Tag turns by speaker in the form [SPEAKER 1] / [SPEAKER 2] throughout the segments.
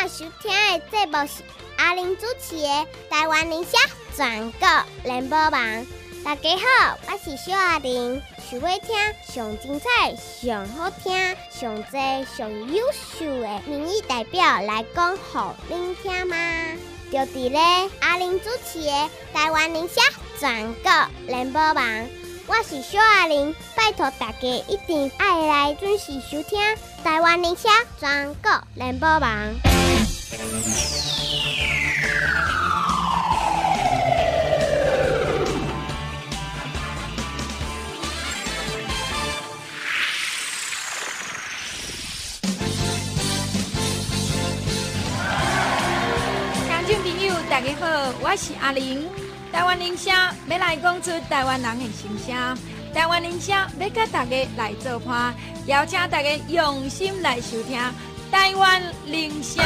[SPEAKER 1] 收听的节目是阿玲主持的台湾人社全国联播网。大家好，我是小阿玲，想要听上精彩、上好听、上多、上优秀的民意代表来讲给您听吗？就伫咧阿玲主持的台湾人社全国联播网。我是小阿玲，拜托大家一定要来准时收听台湾人社全国联播网。
[SPEAKER 2] 听众朋友，大家好，我是阿玲。台湾人社要来讲出台湾人的心声，台湾人社要甲大家来做伴，邀请大家用心来收听台湾人社。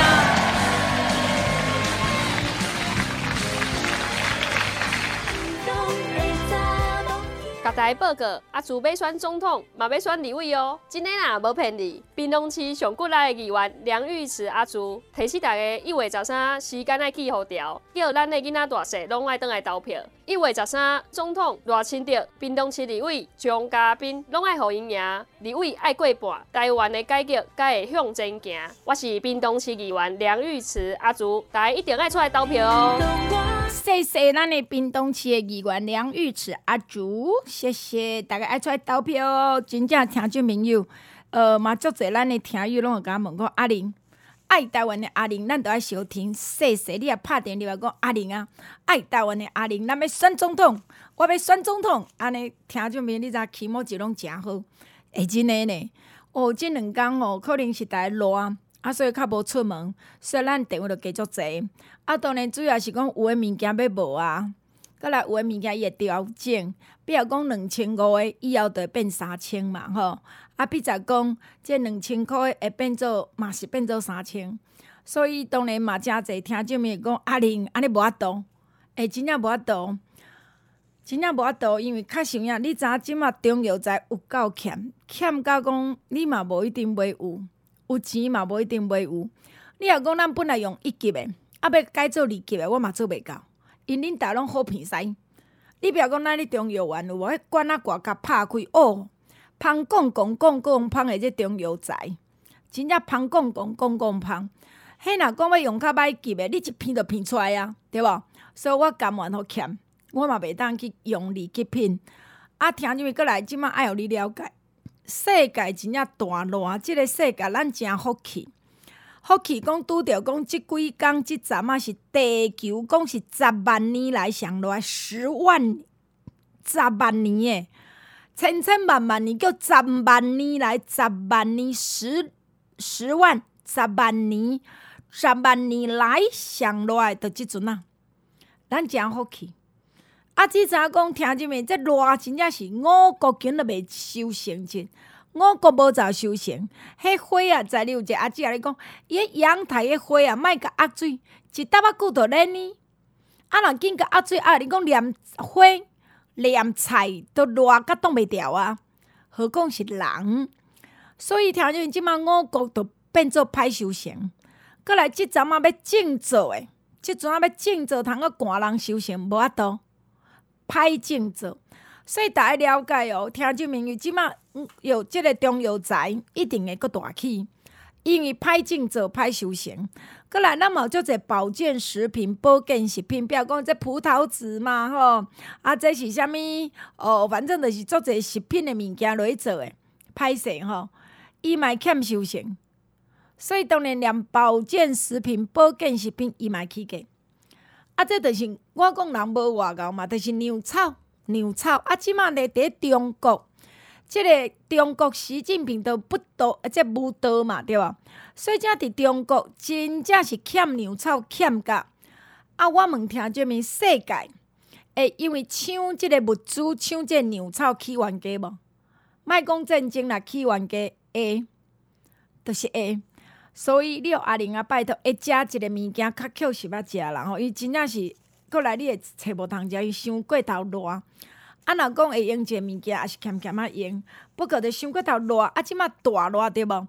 [SPEAKER 3] 甲大家报告，阿朱要选总统，嘛要选立委哦。真的啦，无骗你。屏东市上骨力的议员梁玉慈阿朱，提醒大家1月13时间爱记好调，叫咱的囡仔大细拢爱倒来投票。1月13总统赖清德，屏东市立委张嘉宾拢爱互因赢，立委爱过半，台湾的改革才会向前行。我是屏东市议员梁玉慈阿朱，大家一定爱出来投票哦。
[SPEAKER 2] 谢谢咱的屏东市的议员梁玉慈阿竹，谢谢大家爱出来投票哦！真正听众朋友，嘛足侪咱的听友拢会甲我问讲阿玲，爱台湾的阿玲，咱都爱收听。谢谢你也拍电话讲阿玲啊，爱台湾的阿玲，咱要选总统，我要选总统，安尼听众朋友你知起毛就拢诚好，会真的呢。这2天可能是大家热。所以较无出门，所以咱电话就加足侪。当然主要是讲有诶物件要无啊，再来有诶物件伊会调整，比如讲2500诶，以后就会变3000嘛吼。比如讲这2000块会变做，嘛是变做3000。所以当然嘛，诚侪听众们讲阿玲安尼无法度，真正无法度，真正无法度，因为较想影，你知影即马中药材有够欠到讲你嘛无一定买有。有钱嘛无一定买有，你若讲咱本来用1级的，要改做2级的，我嘛做袂到，因恁逐拢好鼻屎。你不要讲咱咧中药园有无？迄管仔挂甲拍开，芳讲芳的这中药材，真正芳讲芳。迄若讲要用较歹级的，你一片就片出来啊，对无？所以我甘愿好欠，我嘛袂当去用2级品。听入去过来，即马爱互你了解。世界真正大乱，即个世界咱真福气。福气讲拄着讲即几工即阵啊，是地球讲是10万年来上热10万年诶，千万年叫10万年来10万年10万10万年10万年来上热诶，就即阵啊，咱真福气。即阵讲听入面，这热真正是5国根都袂收成尽，5国无早收成。迄花啊，在你有一个阿姐咧讲，伊迄阳台迄花啊，莫甲压水，一搭仔久就烂呢。若紧甲压水压，你讲连花连菜都热甲挡袂牢啊，何况是人？所以听入面即马5国都变做歹收成。过来即阵啊要种做诶，即阵啊要种做，通个赶人收成无法度。歹种做，所以大家了解哦。听众朋友，即马有即个中药材一定会阁大起，因为歹种做歹收成。过来，咱嘛有足侪保健食品、保健食品，比如讲这葡萄籽嘛吼，这是啥物？反正就是足侪食品的物件落去做诶，歹势吼，伊嘛欠收成。所以当然连保健食品、保健食品伊嘛起价。这就是我讲人无外交嘛，就是粮草。即马咧伫中国，即个中国习近平都不刀，无刀嘛，对吧？所以正伫中国真正是欠粮草欠甲。我问听众们，世界会因为抢即个物资、抢即个粮草起冤家无？莫讲战争啦，起冤家会，就是会。所以你互阿玲拜托，会食一个物件较扣实食啦吼，伊真正是过来你会找无通食，伊伤过头热。若讲会用一个物件，也是欠啊用，不过着伤过头热。即马大热对无？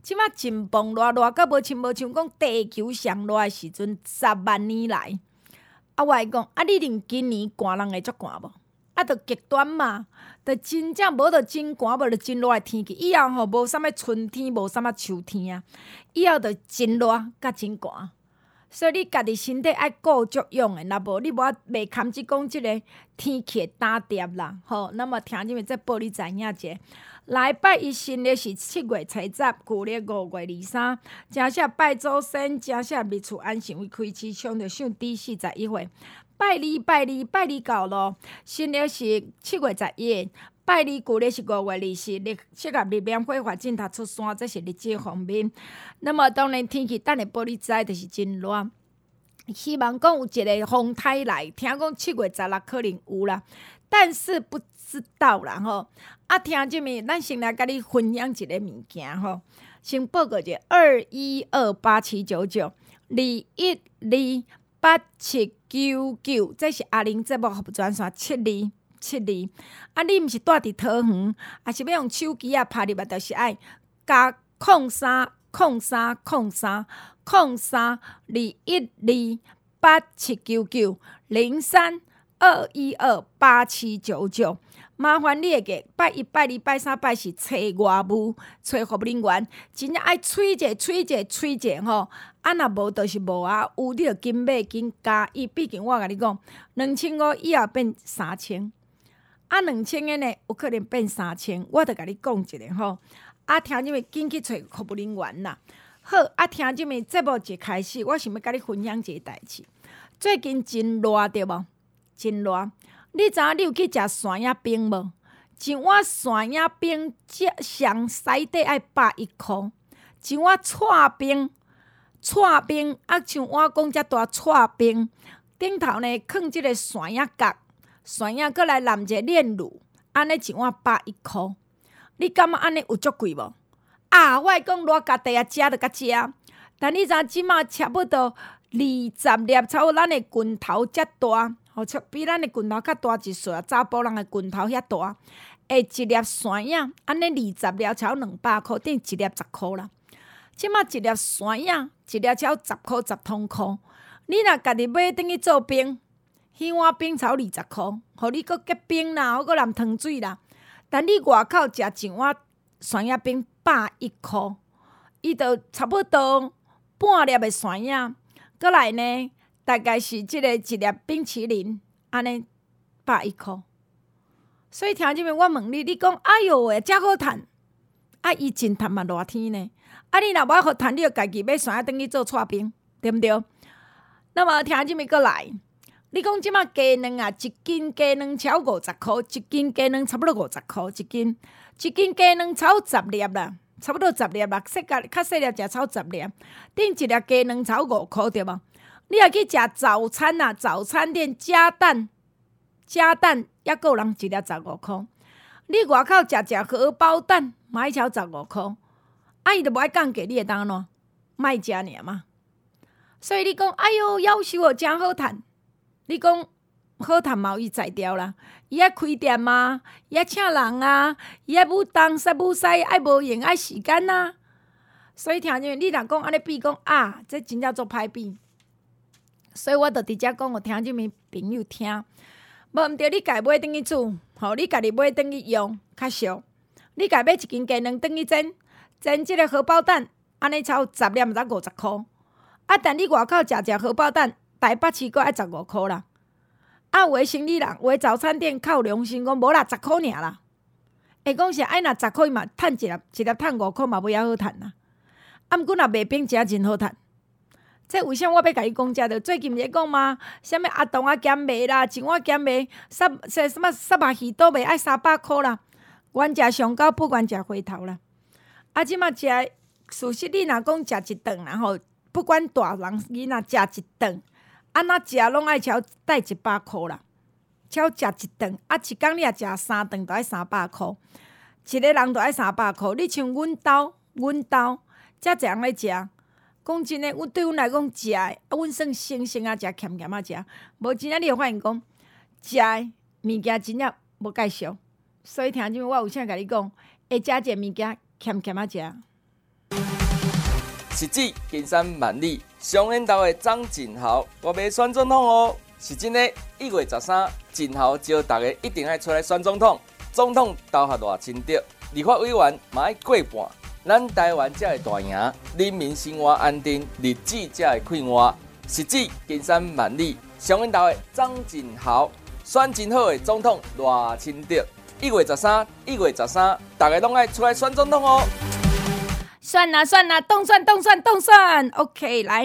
[SPEAKER 2] 即马真崩热到无像讲地球上热的时阵10万年来。我会讲，你连今年寒人会足寒无？就极端嘛，就真正无就真寒，无就真热的天气。以后无啥物春天，无啥物秋天啊，以后就真热甲真寒。所以你家己身体爱顾足用的，若无你无袂堪只讲即个天气的打碟啦。那么听即个再报你知影者。来拜一新历是7月初10，旧历5月23。正式拜祖先，正式秘厝安详为开市，上着上第41岁。拜二到咯。新历是7月11，拜二旧历是5月24，适合入缅火发进塔出山，这是日子方面。那么当然天气等下报你知，就是真热。希望讲有一个风台来，听讲7月16可能有啦，但是不知道啦吼。听即面，咱先来甲你分享一个物件吼，先报告者2128799，2128799，这是阿玲节目服务专线7272。你毋是住伫桃园，也是要用手机拍入来，就是爱加03021287990321287799。麻烦你会记拜1、拜2、拜3、拜4找外务、找服务人员，真正爱催者吼。若无就是无啊，有你就紧买紧加。毕竟我甲你讲，2500以后变3000。2000个呢，有可能变3000，我着甲你讲一下吼。听即面紧去找服务人员啦。好，听即面节目一开始，我想要甲你分享一个代志。最近真热对无？真热。你知影你有去食山野冰无？一碗山野冰上西底爱110箍，一碗串冰，像我讲遮大串冰，顶头呢放即个山野角，山野搁来淋者炼乳，安尼一碗110箍。你感觉安尼有足贵无？我会讲热家己食着甲食，但你知影即马差不多20粒，差不多咱的拳头遮大。比咱的拳头较大一岁，查甫人的拳头遐大，一粒山野，安尼20粒超200箍，等于一粒10箍啦。即马一粒山野，一粒超10箍10通箍。你若家己买等去做冰，迄碗冰超20箍，互你搁结冰啦，搁淋汤水啦。但你外口食一碗山野冰110箍，伊就差不多半粒的山野，搁来呢？大概是即个一粒冰淇淋，安尼110箍。所以听即面，我问你，你讲哎哟喂，遮好趁，伊真趁嘛热天呢。你若无好趁，你就家己买山野等去做串冰，对毋对？那么听即面过来，你讲即马鸡卵啊，一斤鸡卵超50箍，一斤鸡卵差不多50箍一斤，一斤鸡卵超10粒啦，差不多10粒啦，较细粒食超10粒，等一粒鸡卵超5箍对无？你也去食早餐啊，早餐店加蛋还够人一粒15箍。你外口食荷包蛋，嘛要超15箍。伊就无爱降价，你会当安怎？卖食尔嘛。所以你讲，哎哟，夭寿哦，真好趁。你讲好趁嘛，伊在调啦。伊爱开店嘛，伊爱请人啊，伊爱舞东西舞西，爱无闲爱时间啊。所以听见你若讲安尼比讲这真正做歹比。所以我就直接讲，互听即面朋友听，无毋对，你家买转去煮，你家己买转去用较俗。你家买一斤鸡卵转去煎即个荷包蛋，安尼超10粒毋知50箍。但你外口食荷包蛋，台北市阁爱15箍啦。有诶生理人，有诶早餐店靠良心讲，无啦10箍尔啦。会讲是若10箍伊嘛趁一粒趁5箍嘛，袂晓好趁啦。毋过若卖冰食真好趁。这为啥我要甲你讲？遮最近毋是讲嘛？啥物阿童啊咸糜啦，一碗咸糜什物沙鱼肚糜爱300箍啦。原食上高，不管食回头啦。即马食，事实你若讲食一顿啦吼，不管大人囡仔食一顿，安怎食拢爱超带100箍啦。超食一顿，一工你也食3顿，都爱300箍。一个人都爱300箍。你像阮兜，遮济人咧食。讲真诶，对阮来讲食诶，阮算省省啊食，俭俭啊食。无真正你会发现讲，食诶物件真正无介绍。所以听即我有啥甲你讲，会食一个物件，俭俭啊食。
[SPEAKER 4] 是指金山万里上缘投的张锦豪，我要选总统哦，是真的。1月13，锦豪招大家一定要出来选总统，总统投下偌清德，立法委员嘛要过半，咱台湾才会大赢，人民生活安定，日子才会快活。是指金山万里上缘投的张锦豪，选真好的总统偌清德。1月13，大家拢爱出来选总统哦。
[SPEAKER 2] 算啦，动算，OK， 来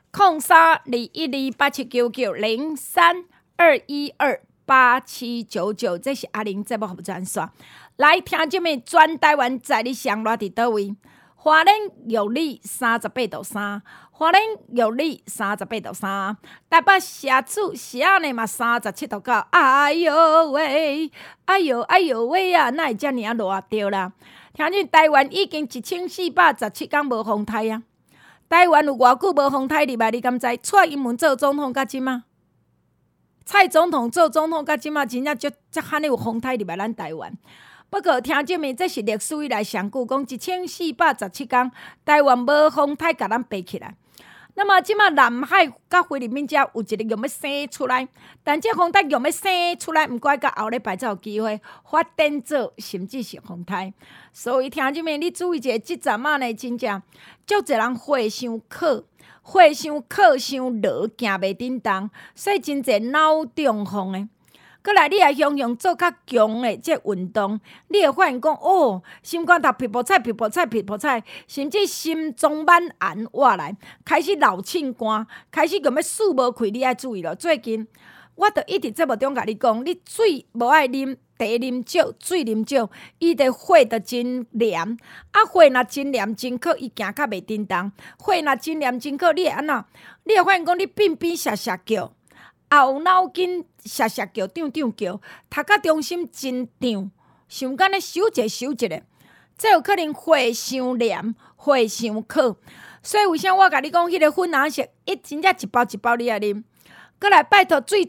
[SPEAKER 2] ，032187990321287799，这是阿玲节目服务专线。来，听众们，全台湾在你上落伫倒位？花莲玉里38.3，花莲玉里38.3，台北社子是安尼嘛37.9，哎呦喂，哎呦喂啊，哪会遮尔啊热着啦？听见台湾已经1417天无风台啊！台湾有偌久无风台入来？你敢知？蔡英文做总统到即马，蔡总统做总统到即马，真正足罕有风台入来咱台湾。不过听众们，这是历史以来上久，讲1417天台湾无风台，甲咱爬起来。那么即马南海甲菲律宾遮有一个用要生出来，但这风台用要生出来，毋过到后礼拜才有机会发展做甚至是风台。所以听众们，你注意一下，即阵仔呢，真正足侪人火伤烤，伤热，行袂振动，所以真侪脑中风的。过来，你也向做较强的这运动，你会发现讲哦，心肝头皮泡菜，甚至心脏慢按活来，开始流凊汗，开始用要水无开，你爱注意咯。最近我著一直节目中甲你讲，你水无爱啉，茶啉少，水啉少，伊的火著真黏。火若真黏真渴，伊行较袂振动。火若真黏真渴，你会安怎？你会发现讲你变沙叫。后脑筋沙叫，长叫，头壳中心真胀，想干咧收一个，这有可能火伤黏，火伤渴。所以为啥我甲你讲，迄个粉红色，真正一包一包你爱啉。过来拜托水，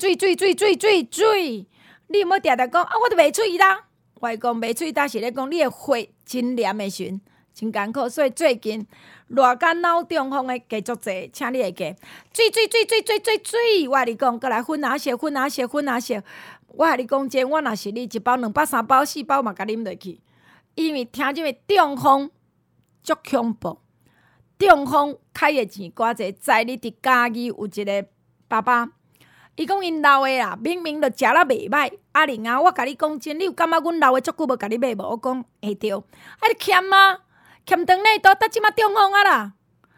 [SPEAKER 2] 你毋好定定讲啊，我都袂水啦。我会讲袂水啦，是咧讲你的火真黏的时阵，真艰苦。所以最近热甲脑中风的加足侪，请你会记水。我甲你讲，过来粉红色。我甲你讲真，我若是你一包、2包、3包、4包嘛，甲啉落去。因为听这个中风足恐怖，中风开的钱偌济，在你伫家己有一个爸爸，伊讲因老的啦，明明就食了袂歹。阿玲啊，我甲你讲真，你有感觉阮老的足久无甲你买无？我讲会着，啊你欠啊？欠长内都到即马中风啊啦，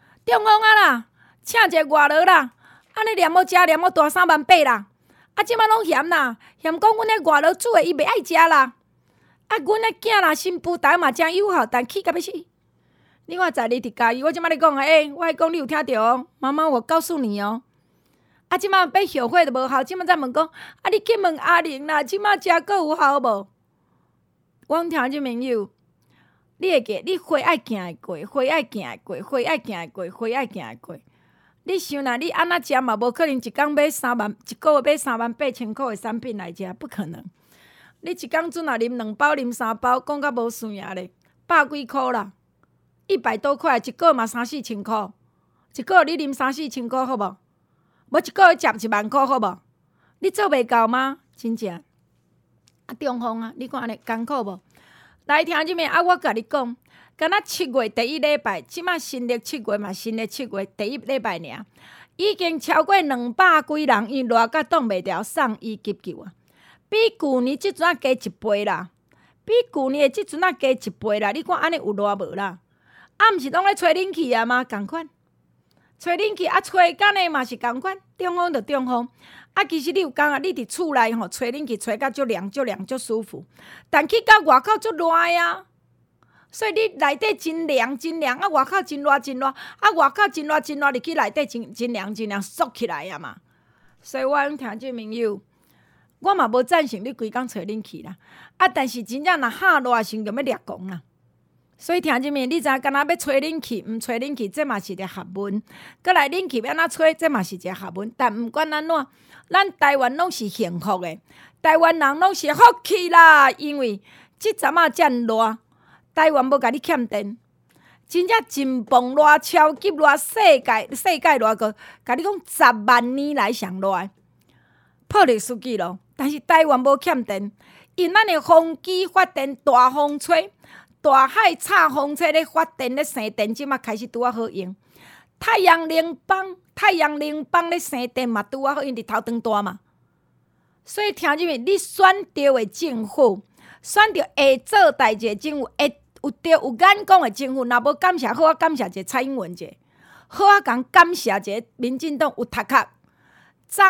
[SPEAKER 2] 请一个外劳啦，安尼念好食，念好大38000啦，啊即马拢嫌啦，嫌讲阮迄外劳煮的伊袂爱食啦，啊阮迄囝啦新妇逐个嘛真友好，但气甲要死。你看在你伫家己，我即马咧讲啊，我还讲你有听着哦，妈妈我告诉你哦，啊即马要后悔都无效，即马再问讲，啊你去问阿玲啦，即马食阁有效无？我听这朋友。你会记，你花爱行会过，你想啦，你安那食嘛，无可能一工买3万，一个月买38000块的产品来食，不可能。你一工阵若啉2包、啉3包，讲甲无算啊咧，100几箍啦，100多块，一个月嘛3-4千箍，一个月你啉3-4千箍好无？无一个月食1万箍好无？你做袂到吗？真正啊，中风啊，你看安尼艰苦无？来听即面啊！我甲你讲，敢若7月第1礼拜，即马新历7月嘛，新历7月第1礼拜尔，已经超过200几人，因热甲挡袂牢，送医急救啊！比旧年即阵啊加1倍啦，比旧年的即阵啊加1倍啦！你看安尼有热无啦？啊，毋是拢咧吹冷气啊吗？共款，吹冷气啊，吹干的嘛是共款，中风就中风。啊，其实你有讲啊，你伫厝内吼吹冷气吹甲足凉足舒服，但去到外口足热啊，所以你内底真凉，啊外口真热，啊外口真热，入去内底真凉，缩起来啊嘛。所以我用听这朋友，我嘛无赞成你规工吹冷气啦，啊但是真正若哈热时就要掠狂啦。所以听这面，你知影敢若要吹冷气，毋吹冷气，这嘛是一个学问。过来冷气要安怎吹，这嘛是一个学问。但毋管安怎，咱台湾拢是幸福的，台湾人拢是福气啦。因为即阵啊遮热，台湾无甲你欠电， 真正真蹦偌超级偌世界偌个，甲你讲10万年来上热，破历史纪录。但是台湾无欠电，因咱的风机发电、大风吹、大海插风车咧发电咧生电，即马开始拄啊好用。太阳能板咧生电嘛拄啊好用，日头长大嘛。所以听入面，你选对的政府，选对会做代志的政府，会有眼光的政府，若无感谢好啊，感谢一下蔡英文者，好啊，共感谢一下民进党有读壳。早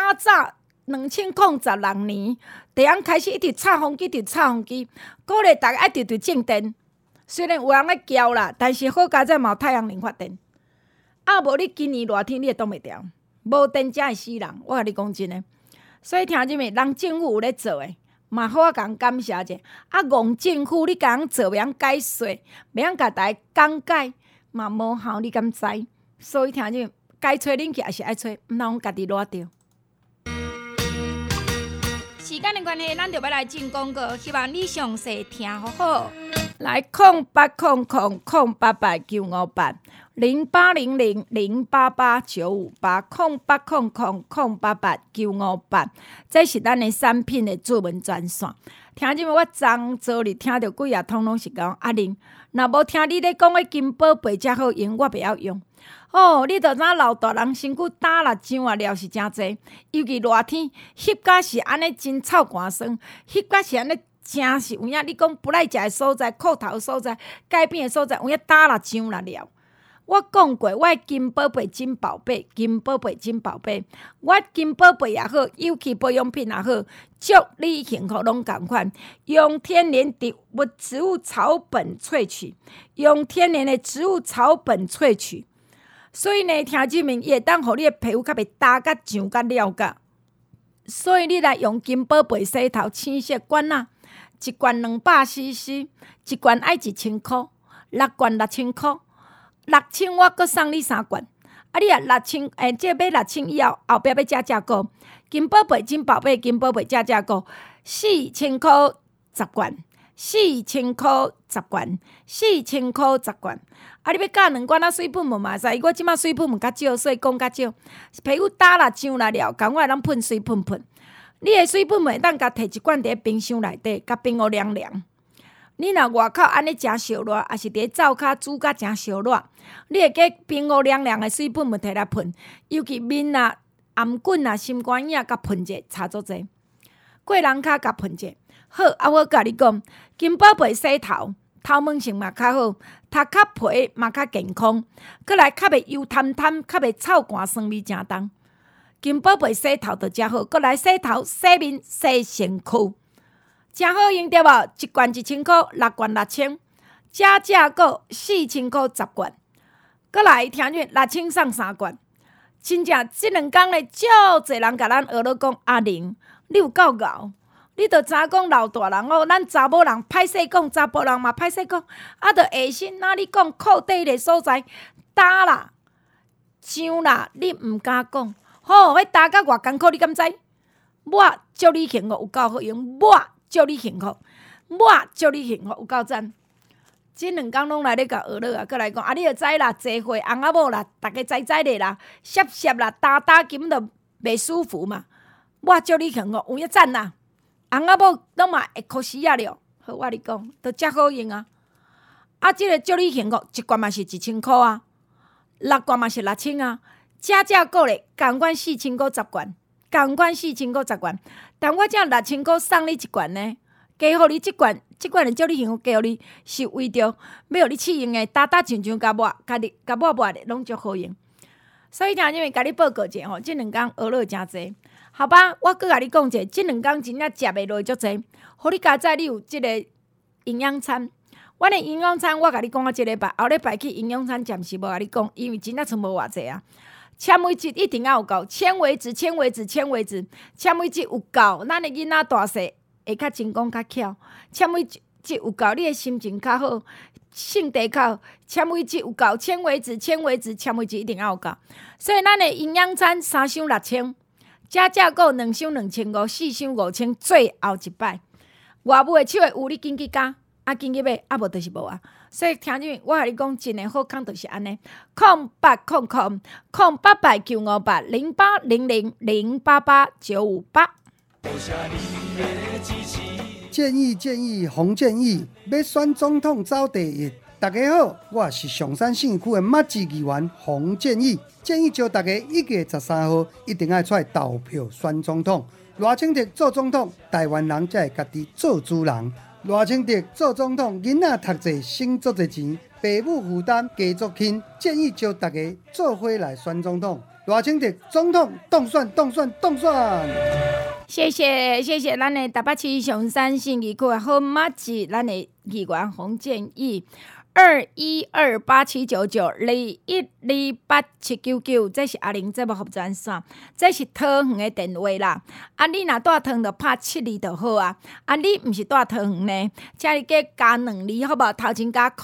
[SPEAKER 2] 2006年，地方开始一直插风机，鼓励大家一直种电。虽然有人咧叫啦，但是好佳在嘛有太阳能发电。啊，无你今年热天你会挡袂牢，无电才会死人。我甲你讲真诶，所以听入面，人政府有咧做诶。嘛好啊，共感谢者。啊，戆政府你共做，袂晓解说，袂晓甲大家讲解，嘛无效，你敢知？所以听入该找恁去，还是爱找，毋通家己赖着。时间的关系，咱就要来进广告，希望你详细听好好。来0800088958，0800088958，这是咱的产品的主文专线。听即我昨日听到几啊通拢是讲阿玲，若无听你咧讲的金宝贝才好用，我袂晓用。哦，你着知老大人身躯打蜡浆啊，料是真济，尤其热天，翕甲是安尼真臭寒酸，翕甲是安尼真是有影。你讲不赖食的所在、裤头的所在、改变的所在，有影打蜡浆啦料。我讲过，我的金宝贝真宝贝，我金宝贝也好，有机保养品也好，祝你幸福拢同款。用天然的植物草本萃取，所以呢，听即面伊会当互你的皮肤较袂焦甲痒甲了甲。所以你来用金宝贝洗头清洁罐啊，一罐200cc， 一罐爱1000块，6罐6000块，6000我阁送你3罐。啊，你啊6000，这买6000以后，后壁要加购金宝贝真宝贝，金宝贝加购4000块10罐，4000块10罐，4000块10罐。啊！你要加2罐水喷喷嘛使？我即马水喷喷较少，所以讲较少。皮肤打啦、痒啦了，赶快咱喷水喷喷。你的水喷喷，咱甲摕一罐伫冰箱内底，甲冰乌凉凉。你若外口安尼诚烧热，还是伫灶骹煮甲诚烧热，你会记冰乌凉凉的水喷喷摕来喷，尤其面啊、颔管啊、心肝影甲喷者差足济。过人骹甲喷者好，啊！我甲你讲，金宝贝洗头。头毛性嘛较好，头壳皮嘛较健康，搁来较袂油贪贪，较袂臭汗酸味正重。金宝贝洗头就真好，搁来洗头、洗面、洗身躯，真好用对无？一罐1000块，6罐6000，加购4000块10罐，搁来听见6000送3罐，真正即2工咧，足侪人甲咱学了讲阿玲，你有够敖。你着知讲老大人哦，咱查某人歹势讲，查甫人嘛歹势讲，啊，着下身哪里讲裤底个所在打啦、痒啦，你毋敢讲，吼，迄打甲偌艰苦，你敢知？我祝你幸福有够好用，我祝你幸福有够赞。即2工拢来咧甲学了啊，搁来讲啊，你着知啦，坐会翁仔某啦，逐个知咧啦，涩啦，打根本着袂舒服嘛。我祝你幸福有影赞啦。翁仔某拢嘛会哭死啊了，好，我你讲，都遮好用啊！啊，即个祝你幸福，一罐嘛是1000块啊，6罐嘛是6000啊，加购咧，共款4000块10罐，但我这6000块送你1罐呢，加互你1罐的祝你幸福，加互你是为着要互你试用的，打上甲抹，甲抹咧，拢足好用。所以听因为甲你报告者吼，即2工学了真济。好吧，我搁甲你讲者，即2工真正食袂落足济，互你加载你有即个营养餐。我的营养餐我甲你讲啊，即礼拜后礼拜去营养餐暂时无甲你讲，因为真正剩无偌济啊。纤维质一定要有够，纤维质有够，咱的囡仔大细会较真讲较巧。纤维质有够，你的心情较好，性地较好。纤维质有够，纤维质一定要有够。所以咱的营养餐3箱6000。加购2箱2500，4箱5000，最后一摆。外母的手会有你紧去加，紧去买，无就是无啊。 所以听见我甲你讲，真诶好康就是安尼，0800-0898-0800-0888-958。
[SPEAKER 5] 建议洪建议要选总统走第一。大家好，我是上山信区的马志议员洪建议招大家1月13号一定要出来投票选总统。偌清德做总统，台湾人才会家己做主人。偌清德做总统，囡仔读册省足侪钱，父母负担加足轻。建议招大家做伙来选总统。偌清德总统当选！
[SPEAKER 2] 谢谢咱的台北市上山信义区的好马志，咱的议员洪建议。212879921287999，这是阿玲节目服专线，这是桃园的电话啦。你若住桃园就拍72就好啊。你毋是住桃园呢，请你加2字好无？头前加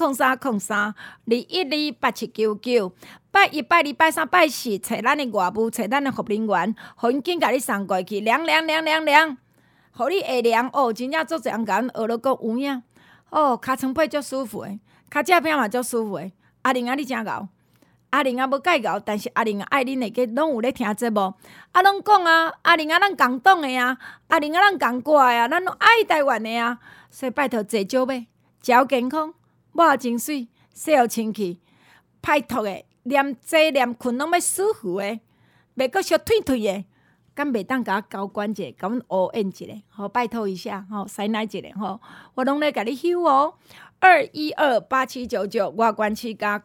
[SPEAKER 2] 030302128799。拜一、拜二、拜三、拜四，找咱的外务，找咱的服务人员，互因紧甲你送过去，凉，互你会凉哦。真正足侪人甲阮学了讲有影哦，尻川被足舒服的，骹脊边嘛足舒服的。阿玲你真敖，阿玲无介敖，但是阿玲爱恁的，拢有咧听节目。拢讲啊，阿玲咱共党的啊，阿玲咱共歌的啊，咱拢爱台湾的啊，所以拜托坐少买，食健康，抹真水，洗好清气，拜托的。念坐念困拢要舒服的，袂阁小腿的，敢袂当甲我交关者，甲阮乌演一下，好拜托一下，塞奶一下，我拢咧甲你休哦。2128799，外关市加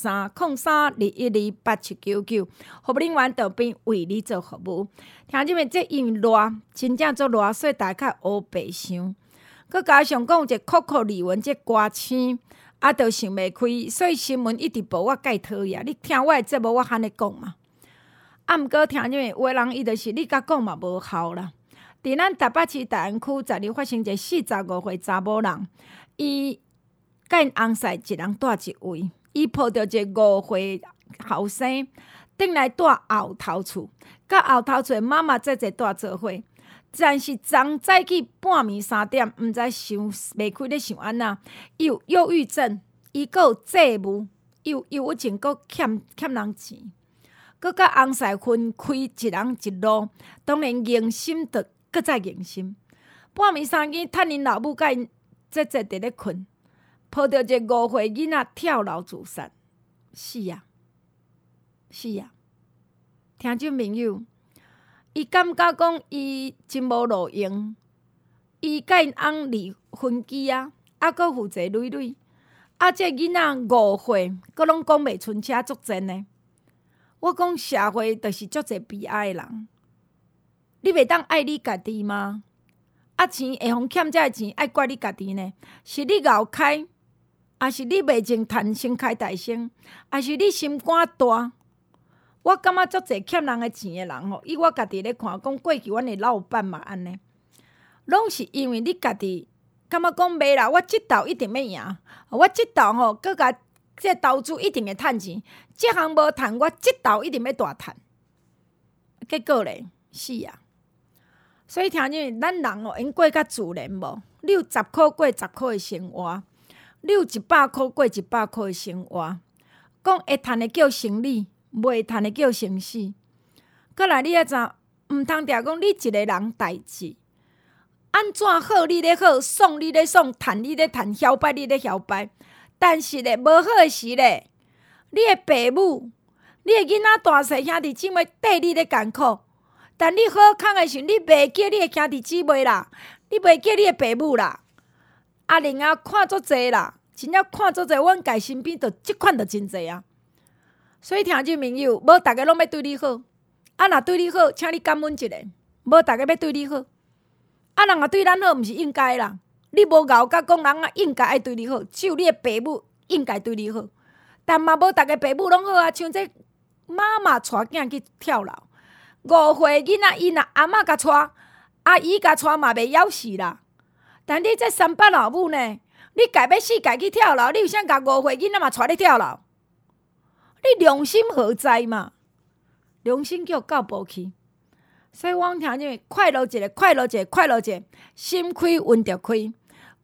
[SPEAKER 2] 030321287999，服务人员倒边为你做服务。听即面这因为热，真正足热，所以大家乌白想。佮加上讲有一个酷酷李玟这歌星。就想袂开，所以新闻一直报我介讨厌。你听我的节目，我安尼讲嘛。毋过听这有的人伊就是你甲讲嘛无效啦。伫咱台北市大安区昨日发生一个45岁查某人，伊甲因翁婿一人住一位，伊抱着一个5岁后生，转来住后头厝，甲后头厝的妈妈姐姐住做伙。但是昨早起半暝3点，毋知想袂开咧想安那，伊有忧郁症，伊阁有债务，忧郁症阁欠人钱，阁甲翁婿分开一人一路，当然硬心着阁再硬心。半暝3更，趁因老母甲因姐姐伫咧困，抱着一个5岁囡仔跳楼自杀，是啊，听众朋友。伊感觉讲伊真无路用，伊甲因翁离婚期啊，阁负债累累，这囡仔5岁，阁拢讲袂出车，足真的。我讲社会就是足侪悲哀的人，你袂当爱你家己吗？钱会互欠这钱，爱怪你家己呢？是你熬开，还是你袂前趁先开大声，还是你心肝大？我感觉足侪欠人的钱的人以我家己咧看，讲过去阮的老板嘛安尼，拢是因为你家己感觉讲袂啦，我即道一定要赢，我即道佮甲这投资一定会趁钱，即项无趁，我即道一定要大趁。结果咧，是啊，所以听见咱人因过较自然无？你有10箍过10箍的生活，你有100箍过100箍的生活，讲会趁的叫生理。袂趁的叫生死，过来你也知，毋通定讲你一个人代志，安怎好你咧好，爽你咧爽，趁你咧趁，摇摆你咧摇摆。但是咧，无好的时咧，你的父母、你的囡仔大细兄弟姊妹缀你咧艰苦，但你好康的时，你袂记你的兄弟姊妹啦，你袂记你的父母啦。另外看足济啦，真正看足济，阮家身边就即款就真济啊。所以听众朋友，无逐个拢要对你好，若对你好，请你感恩一下。无逐个要对你好，人若对咱好，毋是应该啦。你无熬甲讲人应该爱对你好，只有你的父母应该对你好，但嘛无逐个父母拢好啊。像这妈妈带囝去跳楼，5岁囡仔伊若阿嬷甲带，阿姨甲带嘛袂夭死啦。但你这300老母呢？你家要死家去跳楼，你有啥甲5岁囡仔嘛带你跳楼？你良心何在嘛？良心叫到无去，所以我听见快乐一个，心开运着开，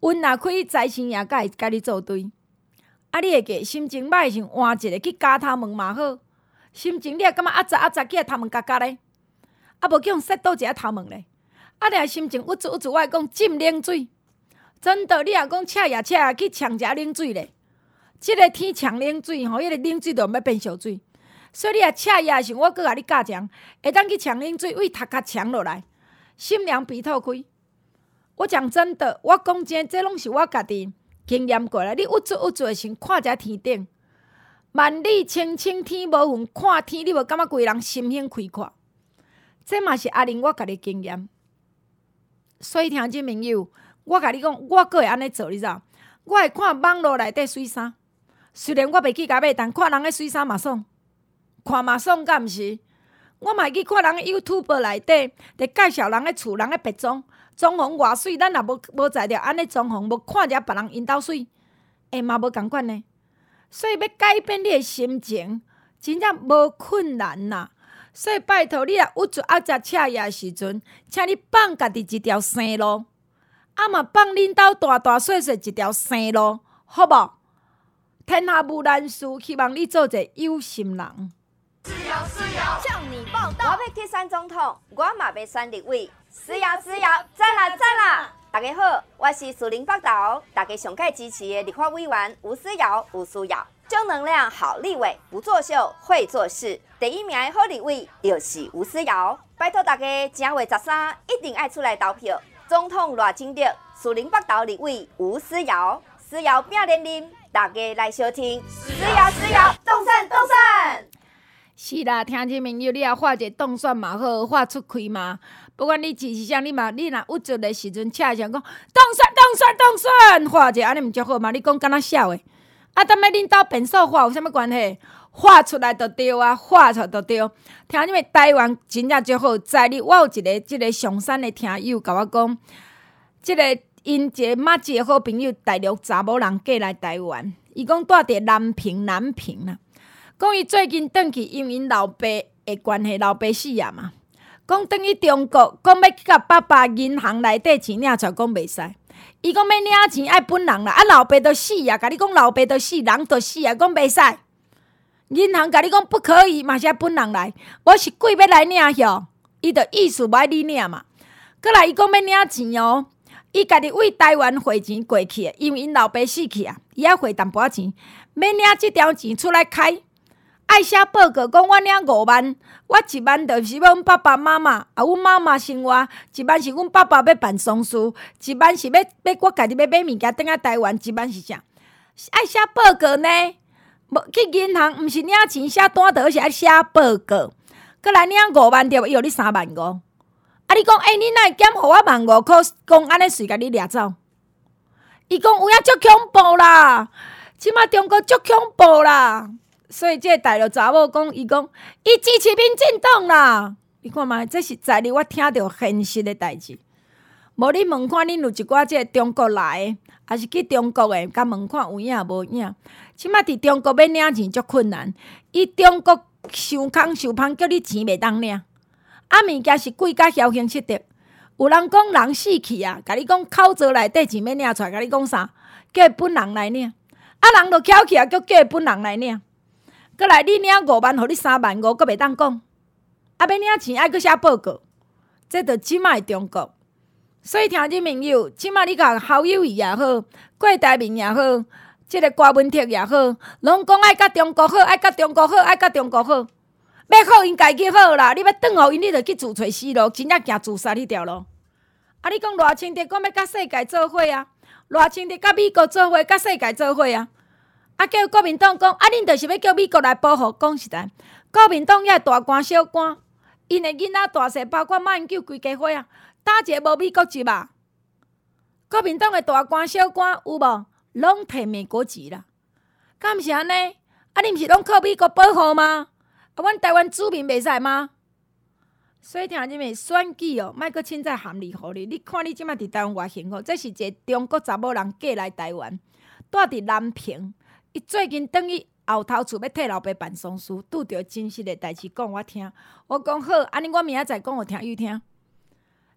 [SPEAKER 2] 运若开，财星也甲会甲你作对。啊，你会记心情歹时换一个去加头毛嘛好，心情你也感觉压杂去头毛夹夹咧，啊无去用洗倒一下头毛咧。啊，若心情郁卒，我会讲浸冷水。真的，你若讲赤夜去呛一下冷水咧，即个天呛冷水吼，迄个冷水就要变烧水。所以你若赤夜时，我搁甲你教强，会当去呛冷水，为头壳呛落来，心凉鼻透开。我讲真的，我讲真，这拢是我家己经验过来。你郁卒的时，看一下天顶，万里青青天无云，看天你无感觉规人心胸开阔。这嘛是阿玲我家己经验。所以听众朋友，我甲你讲，我阁会安尼做，你知道？我会看网络内底水衫，虽然我袂去甲买，但看人诶水衫嘛爽，看嘛爽，敢毋是？我嘛会去看人诶 YouTube 内底，伫介绍人诶厝、人诶别装，装潢偌水，咱若无在着安尼装潢，无看着别人因兜水，嘛无共款呢。所以要改变你诶心情，真正无困难呐。所以拜托你若郁卒赤夜时阵，请你放家己一条生路，嘛放恁兜大细细一条生路，好无？天下无难事，希望你做一个有心人。
[SPEAKER 6] 向你报道。我要去选总统，我嘛要选立委。是呀，赞啦！大家好，我是树林北投，大家上届支持的立法委员吴思瑶。正能量好立委，不作秀会做事。第一名的好立委就是吴思瑶。拜托大家正月13一定爱出来投票，总统赖清德，树林北投立委吴思瑶，思瑶拼连任，大家来收听。思瑶，动算！
[SPEAKER 2] 是啦，听众朋友，你也画一个动算嘛好，画出开嘛。不管你支持啥，你若郁卒的时阵，恰想讲动算，画一个安尼毋足好嘛？你讲敢若笑的，当要恁兜变数画有啥物关系？画出来就对啊，画出来就对。听你们台湾真正足好，在你我有一个即个上山的听友甲我讲，即个因一个妈一个好朋友大陆查某人嫁来台湾，伊讲住伫南平啦。讲伊最近转去，因为因老爸的关系，老爸死啊嘛。讲转去中国，讲要去甲爸爸银行内底钱领出来，讲袂使。伊讲要领钱爱本人啦，老爸都死啊！甲你讲老爸都死，人都死啊，讲袂使。银行甲你讲不可以，嘛是爱本人来。我是鬼要来领哟，伊就意思无爱你领嘛。过来伊讲要领钱哦，伊家己为台湾汇钱过去的，因为因老爸死去啊，伊还汇淡薄仔钱，要领即条钱出来开。爱写报告，讲我领5万，我1万就是要阮爸爸妈妈，阮妈妈生活，1万是阮爸爸要办丧事，1万是要我家己要买物件，转来台湾，1万是啥？爱写报告呢？无去银行，毋是领钱写单，倒是爱写报告。过来领5万对，要你3万5。你讲你哪会减互我15000块？讲安尼随甲你掠走？伊讲有影足恐怖啦！即马中国足恐怖啦！所以，这个大陆查某讲，伊讲，伊支持民进党啦。你看嘛，这是在哩我听到现实的代志。无你问看，恁有一寡这个中国来的，还是去中国的，甲问看有影无影？即马伫中国要领钱足困难，伊中国受康受芳，叫你钱袂当领。物件是贵甲侥幸失德。有人讲人死去啊，甲你讲口罩内底钱要领出来，甲你讲啥？叫伊本人来领。人就翘起啊，叫伊本人来领。过来，你领5万，互你3万5，阁袂当讲。要领钱，爱阁写报告，这就即卖中国。所以听众朋友，即卖你甲侯友宜也好，郭台铭也好，即个郭文特也好，拢讲爱甲中国好，爱甲中国好，爱甲中国好。要好，因家己好啦。你要转互因，你就去自找死路，真正行自杀迄条路。你讲赖清德讲要甲世界做伙啊，赖清德甲美国做伙，甲世界做伙啊。叫国民党讲，恁就是要叫美国来保护。讲实在，国民党遐大官小官，因的囡仔大细，包括马英九规家伙啊，打一个无美国籍吧。国民党的大官小官有无？拢摕美国籍啦。敢毋是安尼？你毋是拢靠美国保护吗？阮台湾子民袂使吗？所以听你们选举哦，莫阁凊彩含利互你。你看你即摆伫台湾偌幸福，这是一个中国查某人嫁来台湾，住伫南平。伊最近转去后头厝要替老爸办丧事，拄着真实的代志讲我听。我讲好，安尼我明仔载讲互听友听。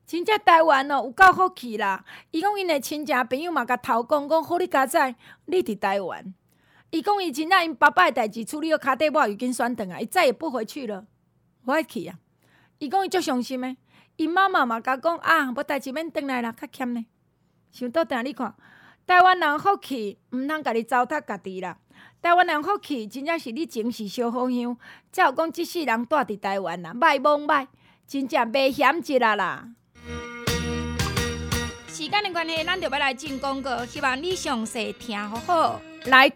[SPEAKER 2] 真正台湾哦有够福气啦！伊讲因的亲戚朋友嘛甲头讲好你家仔，你伫台湾。伊讲伊真正因爸爸的代志处理好骹底抹，又紧选转啊，伊再也不回去了。我爱去啊！伊讲伊足伤心的，因妈妈嘛甲讲啊，无代志免转来啦，较欠呢。想倒定你看，台湾人福气毋通家己糟蹋家己啦。台湾人福气真正是你前世烧好香，才有讲即世人住伫台湾啦，歹罔歹，真正袂险一啦啦。时间的关系，咱就要来进广告，希望你详细听好好。来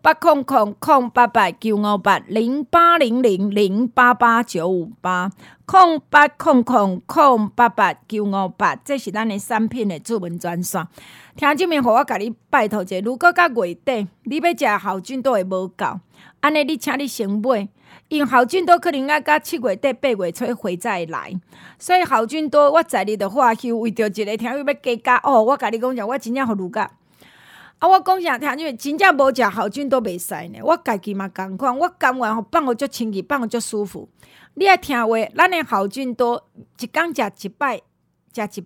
[SPEAKER 2] 0800-088-958，0800-088-958，这是咱的产品的主文专线。听这面，互我甲你拜托者，如果到月底你要食孝俊都会无够，安尼你请你先买。因为孝俊多可能要到7月底8月初回再来，所以孝俊多我在日就化休，为着一个听友要加价哦，我甲你讲下，我真正好如假。我讲啥听友真正无食孝俊都袂使呢，我家己嘛同款，我甘愿放互足清气，放互足舒服。你爱听话，咱的孝俊多一工食一摆，要食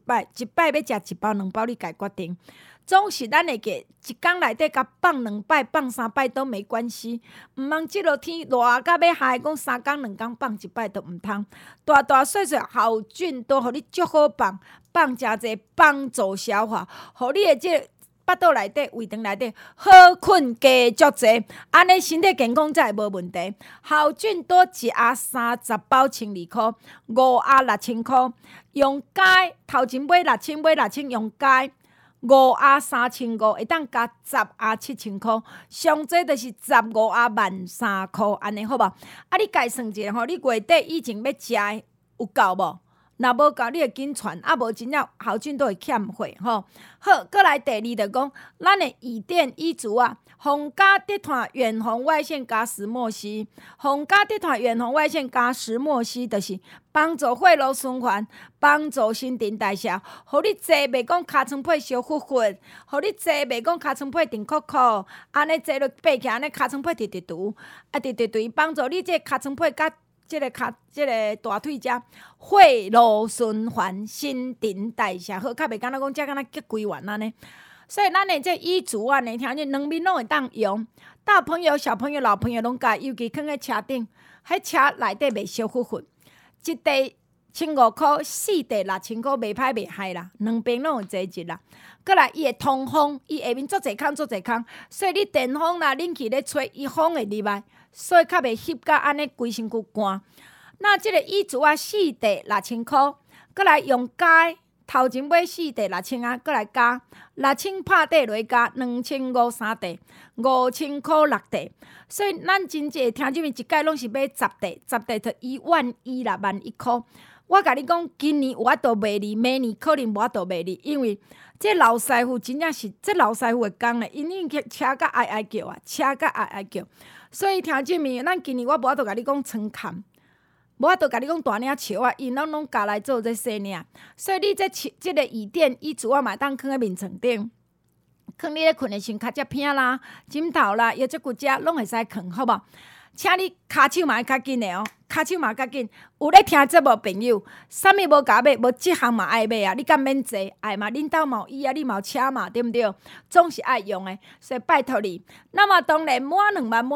[SPEAKER 2] 1包2包，你家决定。总是咱会记一工内底甲放2摆、放3摆都没关系，毋通即落天热甲要害，讲3工2工放1摆都毋通。大大细细孝俊都互你足好放诚济，帮助消化，互你的即个腹肚内底、胃肠内底好困加足济，安尼身体健康才会无问题。孝俊多1盒30包1,200块，5盒6000块，用解头前买6000用解。5盒3500，会当加10盒7000块，上济就是15盒13000块，安尼好无？啊，你家算一下吼，你月底以前要食的有够无？若无够，你会紧传，啊无真正孝俊都会欠货吼。好，过来第二就讲，咱的椅垫椅足啊，红加地毯远红外线加石墨烯，红加地毯远红外线加石墨烯，就是帮助血路循环，帮助新陈代谢，互你坐袂讲尻川皮烧忽忽，互你坐袂讲尻川皮定酷酷，安尼坐落爬起安尼尻川皮直直啊直直帮助你这尻川皮甲这个大腿遮血路循环、新陈代谢好，较袂敢若讲遮敢若结规完安尼。所以咱的这椅足啊，呢听见两面拢会当用，大朋友、小朋友、老朋友拢甲，尤其放喺车顶，喺车内底袂烧忽忽。一地1,500块，4地6000块，袂歹袂害啦，两边拢有坐一啦。过来，伊会通风，伊下面足侪空，所以你电风啦、冷气咧吹，伊风会入来。所以较袂翕甲安尼规身躯寒。那即个椅足啊，4地6000块，过来用加头前买4地6000啊，过来加6000拍底落加2500 3地，5000块6地。所以咱真济听这边一届拢是买10地，10地就11000啦，11000块。我甲你讲，今年有法度卖你，明年可能无法度卖你，因为这老师傅真正是这老师傅的工咧，因为车甲哀叫啊，车甲哀叫。所以听这面，咱今年我无法度甲你讲床坎，无法度甲你讲大领笑啊，因拢加来做这细领。所以你这个椅垫椅足啊，嘛当放喺面床顶，放你咧困的时阵，脚只片啦、枕头啦、腰脊骨遮拢会使放，好无？请你骹手嘛爱较紧的哦，骹手嘛较紧。有咧听节目朋友，啥物无甲买，无即项嘛爱买啊！你敢免坐？爱嘛，恁兜嘛有椅啊，你嘛有车嘛，对毋对？总是爱用的，所以拜托你。那么当然满2万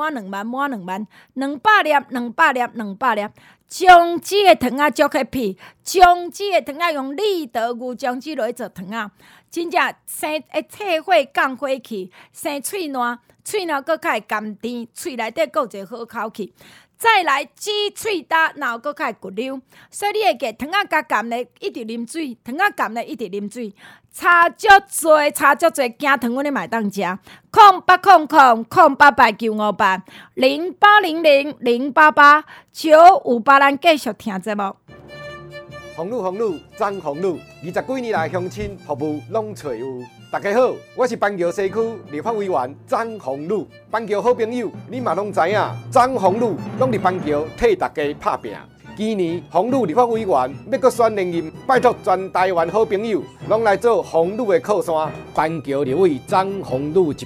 [SPEAKER 2] ，200粒，姜子的糖仔足起皮，姜子的糖仔用利德牛姜子落去做糖仔，真正生会退火降火气，生喙烂。喙若搁较会甘甜，喙内底搁有一个好口气。再来煮喙焦，然后搁较会骨溜。所以你会记糖仔加甘咧，一直啉水；糖仔甘咧，一直啉水。差足多，姜糖阮咧嘛会当食。0800-0888-0800-0888-958，咱继续听节目。
[SPEAKER 7] 红路，张红路，20几年来乡亲服务拢找有。大家好，我是板桥西区立法委员张宏鲁。板桥好朋友，你嘛拢知影，张宏鲁拢伫板桥替大家拍拼。今年宏鲁立法委员要阁选连任，拜托全台湾好朋友拢来做宏鲁的靠山，板桥立委张宏鲁一票。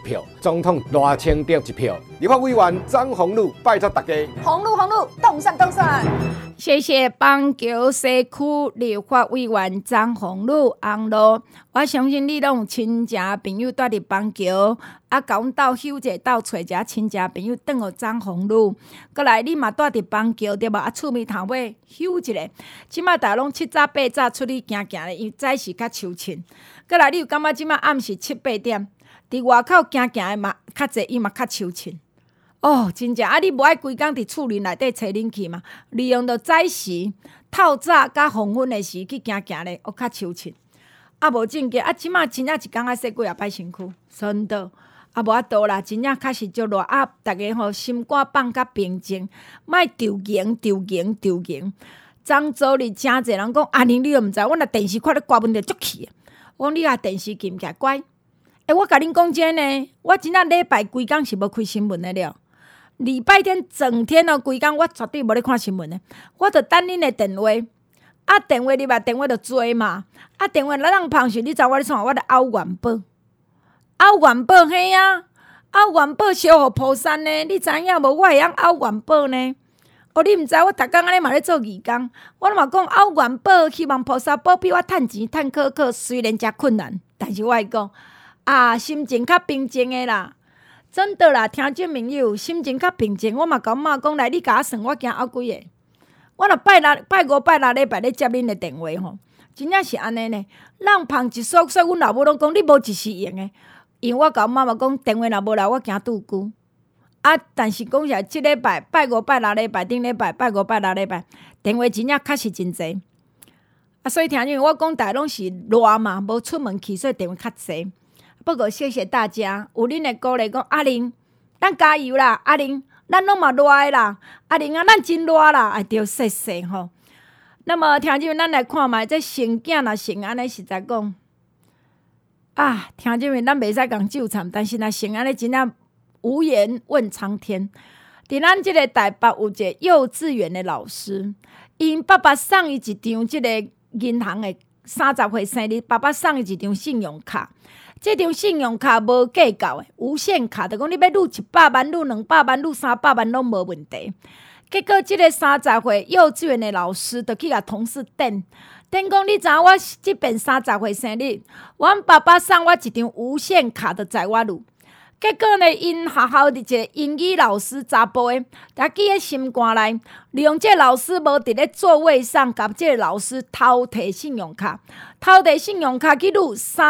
[SPEAKER 7] 总统赖清德一票。立法委员张宏宇拜托大家，
[SPEAKER 6] 红路，动算。
[SPEAKER 2] 谢谢邦桥西区立法委员张宏宇红路，我相信你拢有亲戚朋友住伫邦桥，甲阮斗休者斗找一个亲戚朋友转互张宏宇。过来你嘛住伫邦桥对无？厝边头尾休一个，即摆大家拢七早八早出去行行咧，因为早时较秋凊。过来你有感觉即摆暗时7、8点，伫外口行行的嘛较济，伊嘛较秋凊。哦，真正你无爱规工伫厝里内底找冷气嘛？利用着早时透早甲黄昏的时去行行咧，较秋凊。无正经即摆真正一工洗几摆身躯，真的无法度啦，真正确实足热大家心肝放较平静，莫丢赢。昨昨日真侪人讲玲你都毋知，阮若电视看咧刮问题足气。我讲你电视禁起来乖。我甲恁讲真呢，我真正礼拜规工是无开新闻的了。礼拜天整天规工我绝对无咧看新闻的，我着等恁的电话。电话入来，电话就做嘛。电话人芳是，你知我咧创，我咧凹元宝。凹元宝嘿啊，凹元宝烧互菩萨呢。你知影无？我会晓凹元宝呢。你毋知我逐工安尼嘛咧做义工，我嘛讲凹元宝，希望菩萨保庇我趁钱趁可可，虽然真困难，但是我会讲心情较平静的啦。真的啦，听众朋友，心情较平静，我嘛甲阮妈讲来，你甲我算，我惊凹几个。我若拜5、拜6礼拜咧接恁的电话吼，真正是安尼呢。人芳一说，阮老母拢讲你无一时用的，因为我甲阮妈妈讲，电话若无来，我惊拄久。但是讲起来，即礼拜拜5、拜6礼拜，顶礼拜拜5、拜6礼拜，电话真正确实真济。所以听众我讲，大家拢是热嘛，无出门去，所以电话较济。不过谢谢大家，有恁的鼓励，讲玲，咱加油啦，玲，咱拢嘛热的啦，玲咱真热啦，对，谢谢吼。那么听众咱来看卖，这生囝若生安尼，实在讲听众咱袂使讲纠缠，但是若生安尼，真正无言问苍天。伫咱即个台北有一个幼稚园的老师，因爸爸送伊一张即个银行的30岁生日，爸爸送伊一张信用卡。这张信用卡无计较的，无限卡，就讲你要入100万、入200万、入300万拢无问题。结果即个30岁幼稚园的老师就去甲同事电讲，你知影我即边30岁生日，阮爸爸送我一张无限卡，就载我入。结果呢，因学校的一个英语老师查甫的，他记喺心肝内，利用这个老师无伫咧座位上，甲这个老师偷摕信用卡，去入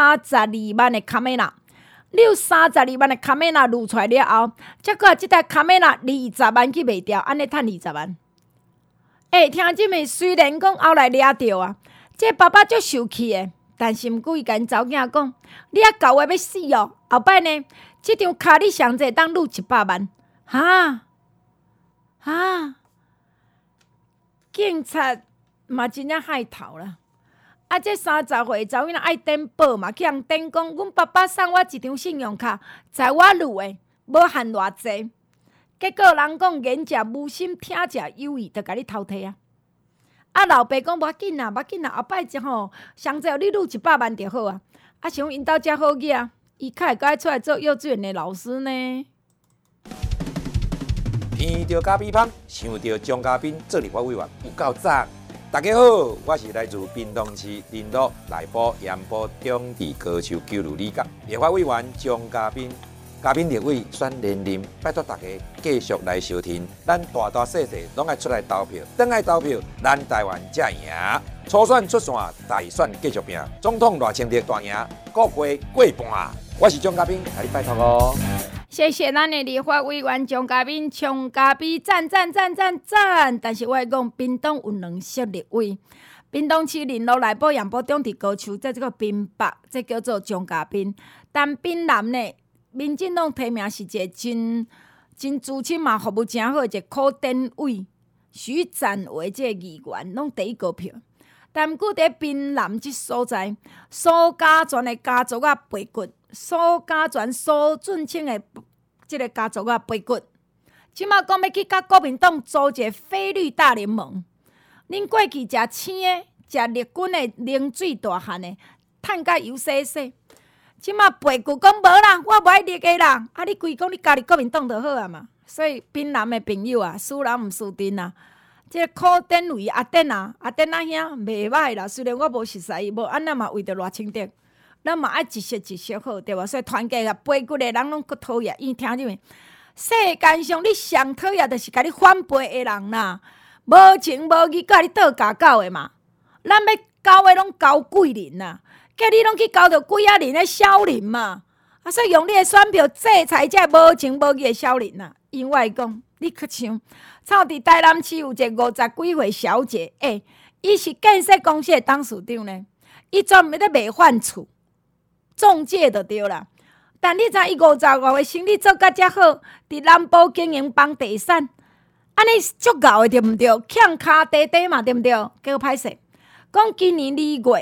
[SPEAKER 2] 32万的卡美拉，入32万的卡美拉入出来了后，结果这台卡美拉20万去卖掉，安尼趁20万。听这么虽然讲后来抓到这爸爸足受气的，但是毋过伊甲因查某囝讲，你教我要死哦！后摆呢？这张卡你上济当入100万，警察嘛真正害头啦！这30岁查某囝爱登报嘛，去人登讲，阮爸爸送我一张信用卡，载我入的，无限偌济。结果人讲言者无心，听者有意，就甲你偷摕老爸讲无要紧啦，后摆上济你入100万就好啊！想因兜遮好囝。伊较会该出来做幼稚园的老师呢？
[SPEAKER 8] 闻到咖啡香，想到张嘉宾做立法委员有够赞！大家好，我是来自屏东市林路内埔盐埔中地高球9路里角立法委员张嘉宾。嘉宾立委选连任，拜托大家继续来收听，咱大大小小拢爱出来投票，等爱投票，咱台湾才赢。初选出线，大选继续拼，总统赖清德大赢，国会过半。我是张嘉宾，来拜托哦。
[SPEAKER 2] 谢谢咱的立法委员张嘉宾，张嘉宾赞！但是我会讲，屏东有2席立委，屏东市林路内埔盐埔中地高球，在这个屏北，这叫做张嘉宾。但屏南呢？民进党提名是一个真资深嘛，服务真好的一个柯典伟、徐展伟这个议员，拢第1高票。但毋过伫屏南即所在，苏家全的家族背骨，苏家全苏俊清的即个家族背骨，即马讲要去甲国民党组一个非绿大联盟。恁过去食青的、食日军的冷水大汉的，趁甲油洗洗。 即马背句讲无啦，我无爱立个啦。啊，你规讲你家己国民党就好啊嘛。所以槟南的朋友啊，输人毋输阵啊。即柯典伟阿典啊，阿典仔兄袂歹啦。虽然我无熟悉伊，无安那嘛为着偌清德，咱嘛爱一色一色好，对无？所以团结啊，背骨的人拢搁讨厌。因听入面，世间上你上讨厌就是甲你反背的人啦，无情无义，甲你倒架搞的嘛。咱要交的拢交贵人呐，叫你拢去交着几啊人的小人嘛。啊，所以用你的选票制裁这无情无义的小人呐。因为讲，你可像草伫台南市有一个50几岁小姐，伊是建设公司的董事长呢，伊专门咧卖饭厝，中介就对啦。但你知伊50外岁生意做甲遮好，伫南部经营房地产，安尼足够的对毋对？欠骹底底嘛对毋对？叫歹势，讲今年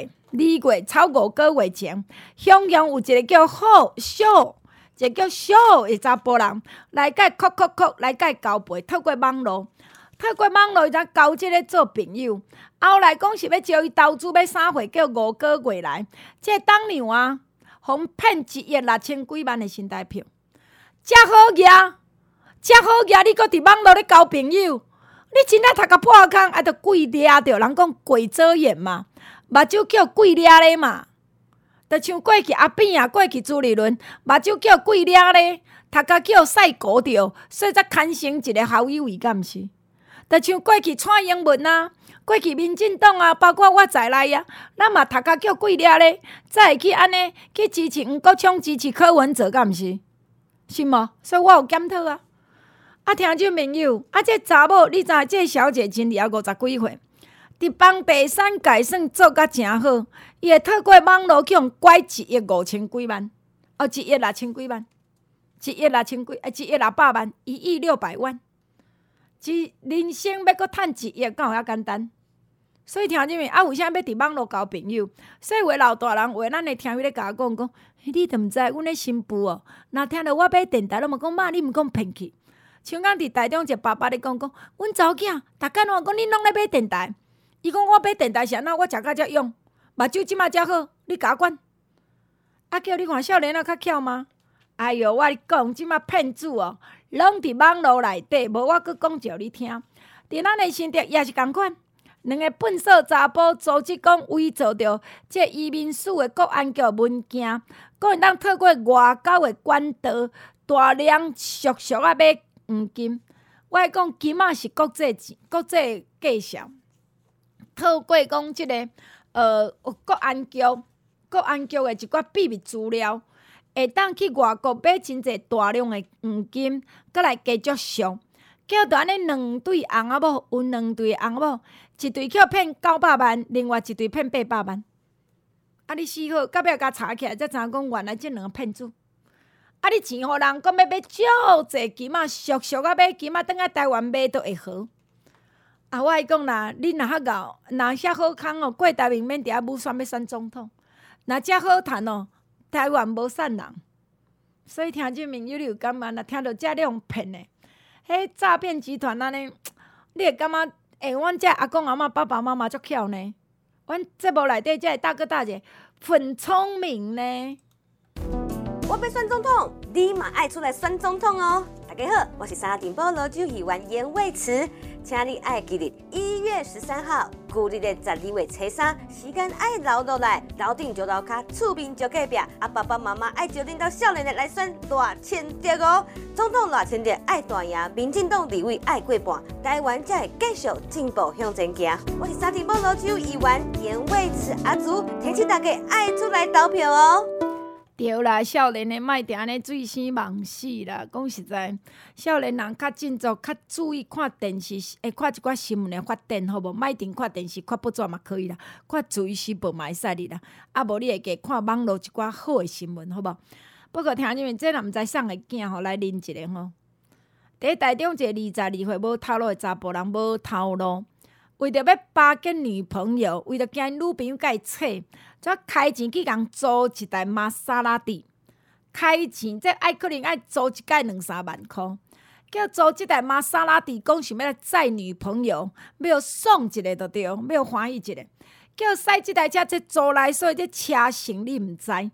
[SPEAKER 2] 2月超5个月前，雄雄有一个叫小。一个叫小的查甫人来甲哭来甲交陪，透过网络，伊才交即个做朋友。后来讲是要招伊投资，要3岁，叫5个月来。这当年啊，互骗1亿6000几万的新台票，遮好业，你搁伫网络咧交朋友，你真正读甲破空，啊，着鬼掠着，人讲鬼遮眼嘛，目睭叫鬼掠咧嘛。就像过去阿扁啊，过去朱立伦，目睭叫鬼掠咧，头壳叫晒糊着，所以才牵成一个好友，伊敢毋是？就像过去蔡英文啊，过去民进党啊，包括我在内啊，咱嘛头壳叫鬼掠咧，才会去安尼去支持黄国昌，支持柯文哲，敢毋是？是无？所以我有检讨啊。啊，听众朋友，啊，这查某，你知影这小姐今年50几岁？伫房地产界算做甲诚好，伊会透过网络去用拐1亿5000几万，1亿6000几万，1亿6000几，1亿600万，1亿600万，人生要搁趁1亿，敢有遐简单？所以听入面啊，为啥要伫网络交朋友？所以话老大人话，咱的听友咧甲我讲，你都毋知阮咧新妇哦，若听到我买电台，拢嘛讲妈，你毋讲骗去。像讲伫台中一个爸爸咧讲，阮查某囝，逐工拢讲你拢咧买电台。伊讲我买电台是安怎？我食甲遮用，目睭即马遮好，你甲我管？啊，叫你看少年仔较巧吗？哎哟，我讲即马骗子哦，拢伫网络内底，无我阁讲招你听。伫咱的新竹也是共款，两个笨手查甫组织讲伪造着这移民署的国安局文件，讲会当透过外交的管道大量俗啊买黄金。我讲金仔是国际钱，国际介绍。透过讲即个国安局的一寡秘密资料，会当去外国买真侪大量的黄金，搁来加足上，叫着安尼2对翁仔某，有2对翁仔某，一对去骗900万，另外一对骗800万。啊，你死好，到尾甲查起来，才知影讲原来即2个骗子。啊，你钱互人，讲要买足侪金仔，俗啊买金仔，等下台湾买都会好。啊，我爱讲啦，你若较敖，若遐好康哦，过台面免伫遐武选要选总统，若遮好趁哦，台湾无善人。所以听这朋友你有感觉，若听到遮种骗的，迄诈骗集团安尼，你会感觉，阮遮阿公阿嬷、爸爸妈妈足巧呢。阮节目内底遮大哥大姐很聪明呢。
[SPEAKER 6] 我要选总统，你嘛爱出来选总统哦！大家好，我是沙丁堡罗州议员严惠慈，请你爱记日1月13号，旧日的12月初3，时间爱留落来，楼顶就楼骹，厝边就隔壁，啊爸爸妈妈爱招恁到少年的来选大清德哦！总统大清德爱大赢，民进党立委爱过半，台湾才会继续进步向前行。我是沙丁堡罗州议员严惠慈阿祖，提醒大家爱出来投票哦！
[SPEAKER 2] 对啦，少年的莫定安尼醉生梦死啦。讲实在，少年人较振作，较注意看电视，会看一寡新闻的发展，好无？莫一定看电视，看报纸嘛可以啦，看自由时报嘛会使哩啦。啊，无你会加看网络一寡好的新闻，好无？不过听你们这若毋知送个囝吼来啉一个吼。伫台中一个22岁无头路的查甫人，无头路。为着要巴结女朋友，为着惊女朋友甲伊扯，则开钱去共租一台玛莎拉蒂。开钱这可能爱租一摆2-3万箍，叫租即台玛莎拉蒂，讲想要来载女朋友，要爽一个就对，要欢喜一个。叫驶即台车，这租来所以这车程你毋知，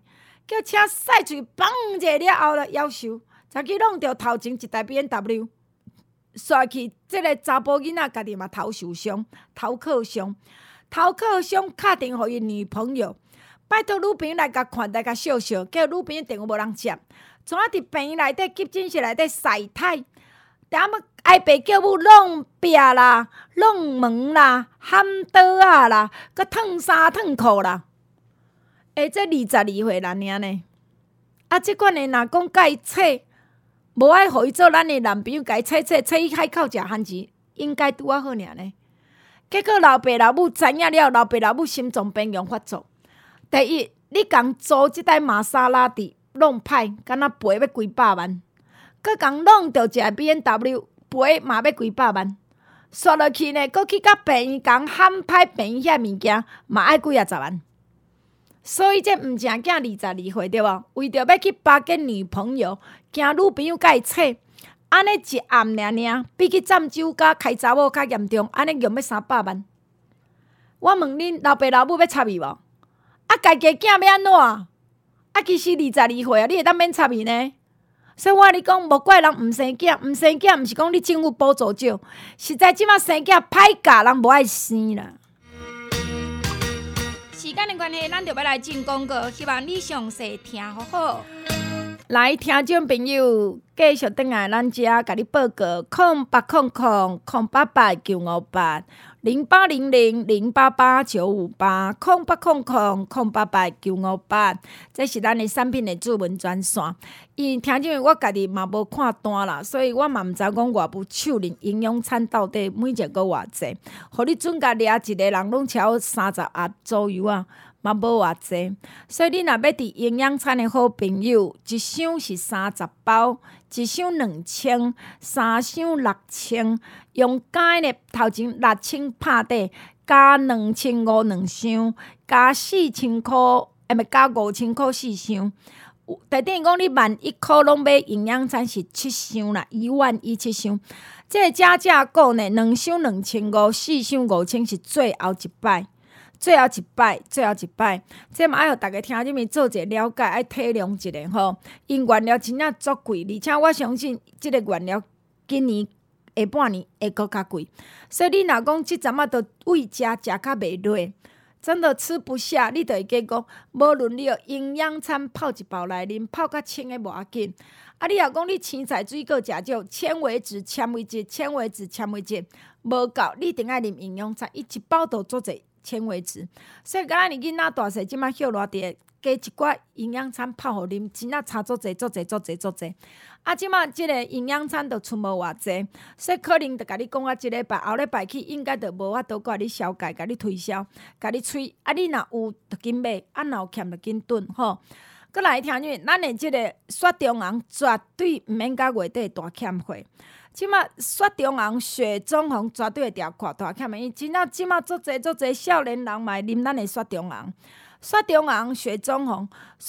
[SPEAKER 2] 叫车驶出去，嘣一下了后了，夭寿，才去弄着头前一台 BMW， 煞去，即个查甫囡仔家己嘛头受伤，头壳伤，敲电互伊女朋友，拜托女朋友来甲看，来甲笑笑，叫女朋友电话无人接，怎啊伫病院内底急诊室内底晒太，踮要挨爸叫母弄壁啦，弄门啦，喊倒啊啦，佮烫衫烫裤啦。这22岁人尔呢，即款的若讲甲伊扯，无爱互伊做咱的男朋友，甲伊扯伊海口食番薯，应该拄啊好尔呢。结果老爸老母知影了，老爸老母心脏病强发作。第一，你共租即台玛莎拉蒂弄歹，敢若赔要几百万，佮共弄着一个 BMW 赔嘛要几百万，刷落去呢，佮去甲病院共喊歹病院遐物件，嘛爱几啊十万。所以这毋正囝22岁对无？为着要去巴结女朋友，惊女朋友甲伊扯，安尼一暗尔，比去占酒家开查某较严重，安尼用要300万。我问恁老爸老母要插伊无？家己囝要安怎？其实22岁你会当免插伊呢？所以我你讲，无怪人毋生囝，毋是讲你政府补助少，实在即马生囝歹教，人无爱生啦。时间的关系，咱就要来进广告，希望你详细听好好。来，听众朋友，继续转来咱遮，甲你报告0800088958。0800088958，0800088958，这是咱的产品的主文专线。因听众我家己嘛无看单啦，所以我嘛毋知讲外部手人营养餐到底每一个偌济，互你准甲掠一个人拢超30盒左右啊，嘛无偌济。所以你若要伫营养餐的好朋友，一箱是30包，一箱2000，三箱6000。用解呢，头前6000拍底，加2500箱，加4000块，加5000块4箱。就等于讲你11000块拢买营养餐是7箱啦，11000 7箱。这个加价购呢，2箱2500，4箱5000是最后一摆。这嘛爱互大家听入面做者了解，爱体谅一下吼。因原料真正足贵，而且我相信即个原料今年下半年会搁较贵，所以你若讲即阵仔都为食较袂落，真的吃不下，你就会记讲，无论你营养餐泡一包来啉，泡较清的无要紧。你若讲你青菜水果食少，纤维质无够，你一定爱啉营养餐，伊一包都做者纤维质。所以敢若你囡仔大细即摆歇偌伫，加一寡营养餐泡互啉，真正差足济。即马即个营养餐都出无偌济，所以可能就甲你讲即礼拜后礼拜起应该就无法度甲你销解，甲你推销，甲你催。你若有就紧买，若有欠就紧囤吼。搁来听见，咱的即个雪中红绝对毋免甲月底大欠货。即马雪中红、雪中红绝对会调看大欠的，因真正即马足济少年人嘛会啉咱的雪中红。雪中红、雪中红，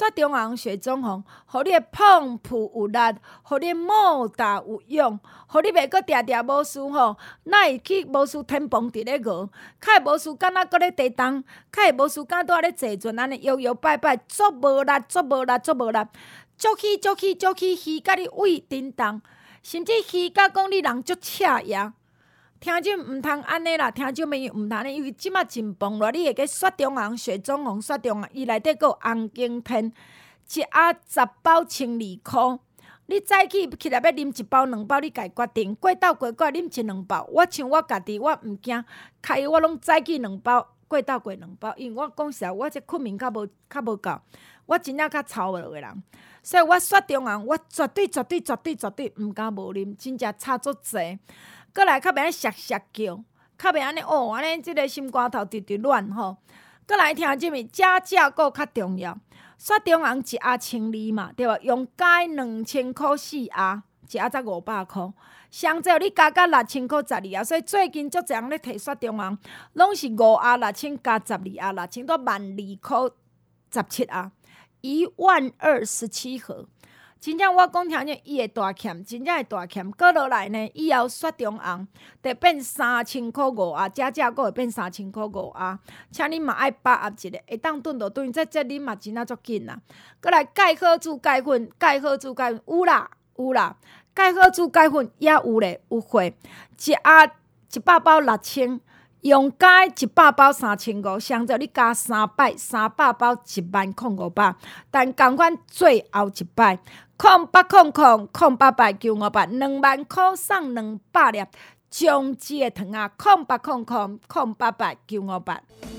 [SPEAKER 2] 互你的澎湃有力，互你莫大有用，互你袂阁定无事吼，哪会去无事天崩地咧饿，较会无事敢若搁咧地动，较会无事敢拄仔咧坐船安尼摇摇摆摆，足无力，足起，鱼甲你胃震动，甚至鱼甲讲你人足赤牙。听众毋通安尼啦，听众朋友毋通安尼，因为即马真崩落，你会记雪中红、雪中红、雪中红，伊内底佫有红景天，一盒10包12箍。你早起来要啉1包2包，你家决定。过昼过啉1-2包。我像我家己，我毋惊，开我拢早起2包，过昼过2包。因为我讲实在，我这困眠较无够，我真正较操落的人。所以我雪中红，我绝对毋敢无啉，真正差足济。过来较袂安涩叫，较袂安尼安尼即个心肝头直乱吼。过来听即物加价购较重要，雪中红一盒1200嘛，对吧？用解2000块4盒，一盒才500块，上少你加6000块12盒，所以最近足侪人咧摕雪中红，拢是5盒6000加12盒6000，都12000块17盒，12000 17盒。 真正我讲听见伊会大欠，真正会大欠。过落来呢，以后雪中红得变3000块5啊，加价阁会变3000块5啊。请恁嘛爱把握一下，会当炖就炖，这恁嘛真足紧啦。过来钙好珠钙粉，钙好珠钙粉有啦有啦，钙好珠钙粉也有咧，有货100包6000。用加100包3500，上着你加3摆，300包10500，但同款最后一摆，080008009500，20000块送200粒姜汁的糖啊，080008009500。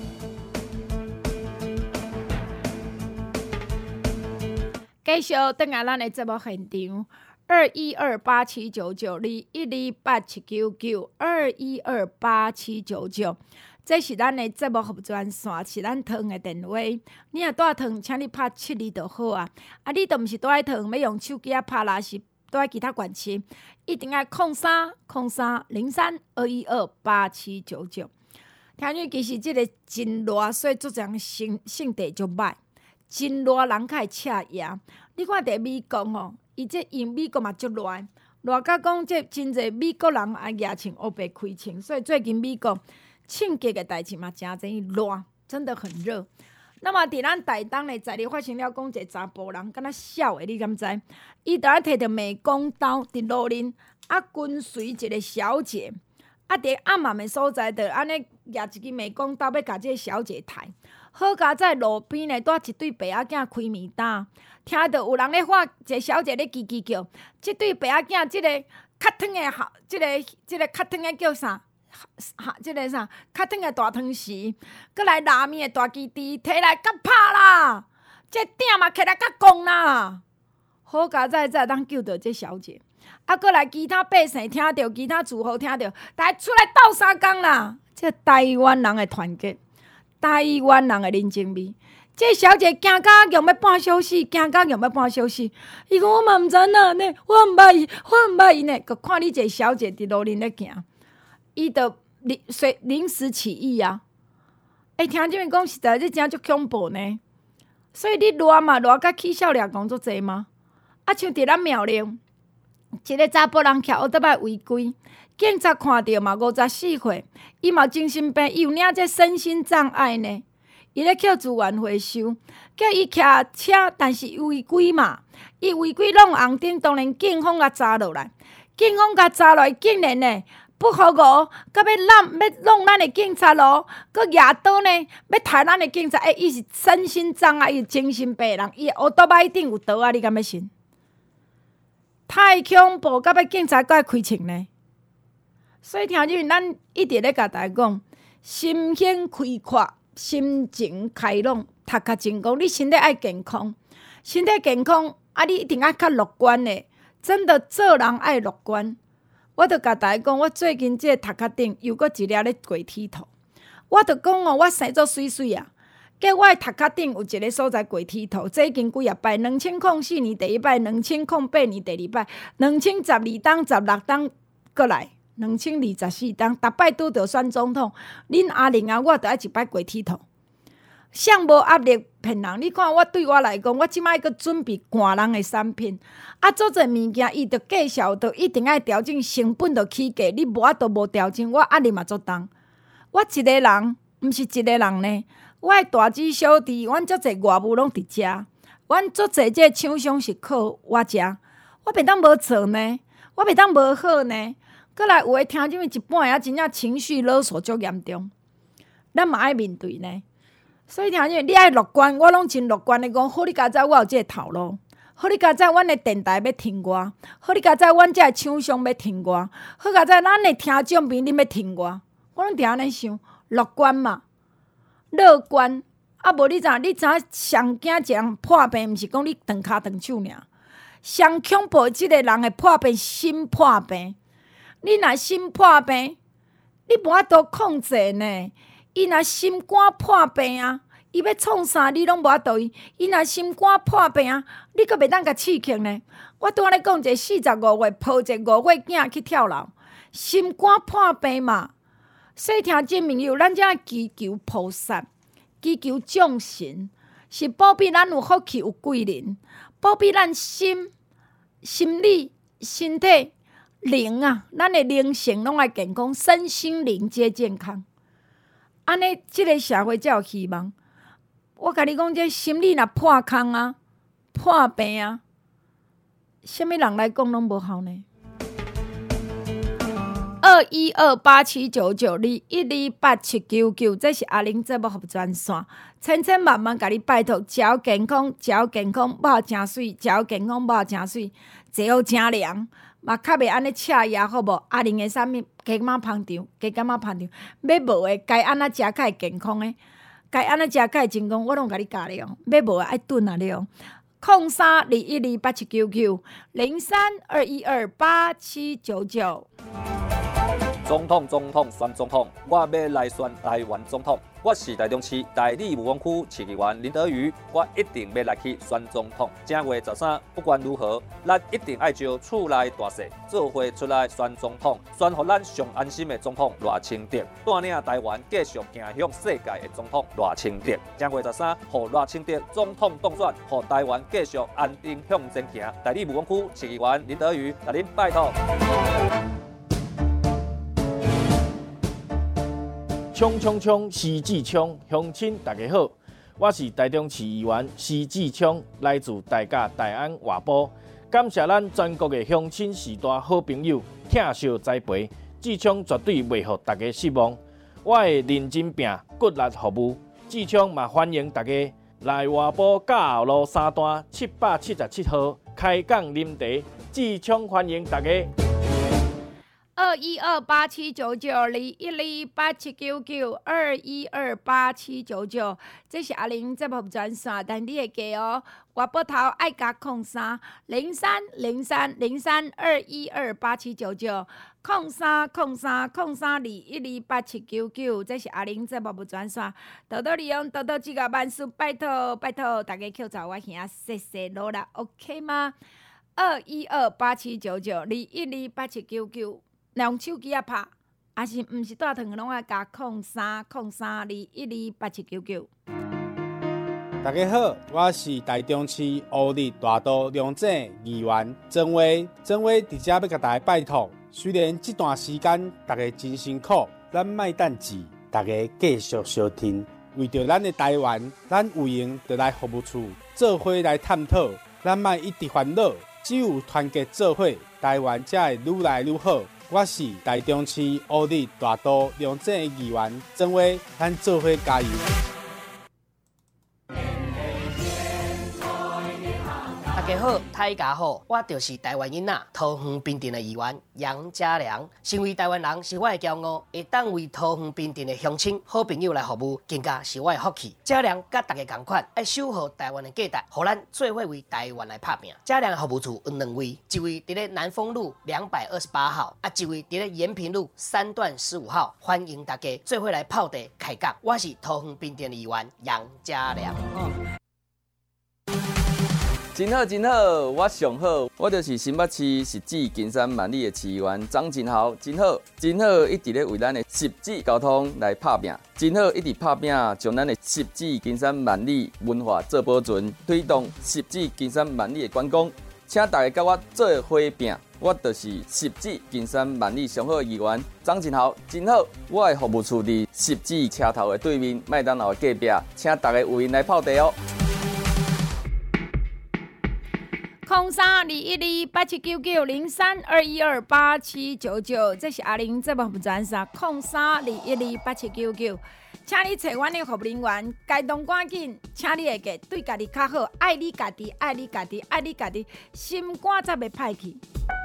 [SPEAKER 2] 继续转来咱的节目现场。21287992128799，这是咱的节目服务专线，是咱糖的电话。你若带糖，请你拍72就好啊。你都毋是带糖，要用手机拍啦，是带其他管器，一定要030302128799。听讲其实即个真热，所以做人性地就歹，真热人较会赤牙。你看伫美国吼。伊美国嘛足热，热甲讲这真侪美国人爱举穿黑白开穿，所以最近美国庆节的代志嘛真侪热，真的很热。那么伫咱台东的在里发生了，讲一个查甫人敢若笑的，你敢知？伊就摕着美工刀伫路边跟随一个小姐，伫暗暗的所在，就安尼举一支美工刀要甲这个小姐刣。好佳在路边呢，带一对白仔囝开面单，听到有人咧喊，一个小姐咧叽叽叫，即对白仔囝，即个较烫的即个较烫的叫啥？即个啥？较烫的大汤匙，搁来拉面的大鸡翅，摕来甲拍啦！这鼎嘛起来甲讲啦！好佳在才当救到这小姐，搁来其他百姓听到，其他住户听到，大家出来斗相共啦！这台湾人的团结。台湾人的人情味，这小姐惊到用要半小时，惊到用要半小时。伊讲我嘛毋知哪呢，我毋捌伊呢。佮看你一个小姐伫路边咧行，伊就临时起意啊！听这边讲实在，这真足恐怖呢。所以你热嘛，热甲起笑脸讲足济吗？像伫咱庙陵，一个查甫人徛乌倒摆违规。警察看到嘛，54岁，伊嘛精神病，伊有领这身心障碍呢。伊咧叫资源回收，叫伊徛车，但是违规嘛，伊违规弄红灯，当然警方甲查落来，警方甲查落来，竟然呢不合格，甲要弄咱的警察咯，佮举刀呢要刣咱的警察，伊是身心障碍，伊精神病人，伊乌倒摆顶有刀啊，你敢要信？太恐怖，甲要警察甲伊开枪呢？所以听入咱一直咧甲大家讲，心胸开阔，心情开朗，读较成功。你身体爱健康，身体健康你一定要较乐观的。真的做人爱乐观。我著甲大家讲，我最近这头壳顶又搁一粒咧过铁头。我著讲我生做水水啊，计我的头壳顶有一个所在过铁头，这已经几啊摆，2004年第一摆，2008年第二摆，2012当16当过来。2024当，逐摆拄着选总统，恁阿玲啊，我著爱一摆过铁头。谁无压力骗人？你看我对我来讲，我即摆搁准备赶人的产品，做者物件伊著计数，著一定爱调整成本，著起价。你无法度无调整，我压力嘛足重。我一个人，毋是一个人呢。我的大姊小弟，阮足侪外务拢伫遮，阮足侪这厂商是靠我遮，我袂当无做呢，我袂当无好呢。过来有诶听众一半仔真正情绪勒索足严重，咱嘛爱面对呢。所以听众你爱乐观，我拢真乐观的讲，好你家知我有这个头路，好你家知阮的电台要听我，好你家知阮这个厂商要听我，好家知咱的听众朋友恁要听我，我拢定安尼想，乐观嘛，乐观。无你知上惊一人破病，毋是讲你断骹断手尔，上恐怖即个人的破病心破病。你若心破病，你无法度控制呢。伊若心肝破病啊，伊要创啥你拢无法度。伊若心肝破病啊，你阁袂当甲刺激呢。我拄仔咧讲一个45岁抱一个5岁囝去跳楼，心肝破病嘛。所以听众朋友，咱遮祈求菩萨，祈求众神，是保庇咱有福气有贵人，保庇咱心心理、身体、灵啊，咱的灵性拢爱健康，身心灵皆健康。安尼，即个社会才有希望。我甲你讲，这心理若破空啊、破病啊，什么人来讲拢无效呢？212879921287999，这是阿玲节目服专线，千千万万甲你拜托，食好健康，食好健康，肉诚水，食好健康，肉诚水，坐好诚凉，嘛较袂安尼赤牙，好无？阿玲的啥物加减仔芳肠，加减仔芳肠，要无的该安怎食较会健康的，该安怎食较会健康，我拢甲你教了哦。要无的爱炖啊了。0321287999，0321287999。
[SPEAKER 9] 总统选总统，我要来选台湾总统。我是台中市大理武王区市议员林德瑜，我一定要来去选总统。正月13，不管如何，咱一定爱招厝内大细，做伙出来选总统，选互咱上安心的总统赖清德，带领台湾继续行向世界的总统赖清德。正月13，互赖清德总统当选，互台湾继续安定向前行。大理武王区市议员林德瑜，来恁拜托。
[SPEAKER 10] 冲冲冲！施志昌，乡亲大家好，我是台中市议员施志昌，来自大甲大安外埔，感谢咱全国的乡亲时代好朋友疼惜栽培，志昌绝对袂互大家失望。我会认真拼，骨力服务。志昌嘛欢迎大家来外埔嘉后路3段777号开讲啉茶，志昌欢迎大家。
[SPEAKER 2] 212879921287999，2128799，这是阿玲节目专线，但你会记哦。外埔头爱加03030302287999，03030221287999，这是阿玲节目专线。多多利用，多多指教，万事拜托拜托，大家扣查我兄谢谢努力 ，OK 吗？212879921287999。用手机拍，还是毋是带糖拢爱加030321287999。
[SPEAKER 11] 大家好，我是台中市乌日大道龙井议员曾威。曾威伫遮要甲大家拜托，虽然这段时间大家真辛苦，咱莫等志，大家继续相挺。为着咱的台湾，咱有闲就来服务处做伙来探讨，咱莫一直烦恼，只有团结做伙，台湾才会愈来愈好。我是台中市乌日大道龙井议员曾威，咱做伙加油！
[SPEAKER 12] 大家好，大家好，我就是台湾囡仔桃园bình镇的议员杨家良。身为台湾人是我的骄傲，会当为桃园bình镇的乡亲、好朋友来服务，更加是我的福气。家良甲大家同款，爱守护台湾的价值，互咱做伙为台湾来拍拼。家良的服务处有2位，一位伫咧南丰路228号，一位伫咧延平路3段15号。欢迎大家做伙来泡茶开讲。我是桃园bình镇的议员杨家良。
[SPEAKER 4] 真好，我上好，我就是新北市汐止金山万里的市议员张真豪，真好，一直咧为咱的汐止交通来拍拼，真好，一直拍拼，将咱的汐止金山万里文化做保存，推动汐止金山万里的观光，请大家甲我做伙拼，我就是汐止金山万里上好的议员张真豪，真好，我的服务处伫汐止车头的对面，麦当劳的隔壁，请大家有闲来泡茶哦。
[SPEAKER 2] 0321287999，0321287999，这是阿玲节目专线0321287999，请你找阮的服务人员，该动赶紧，请你会记对家己较好，爱你家己，爱你家己，爱你家己，心肝才袂歹去。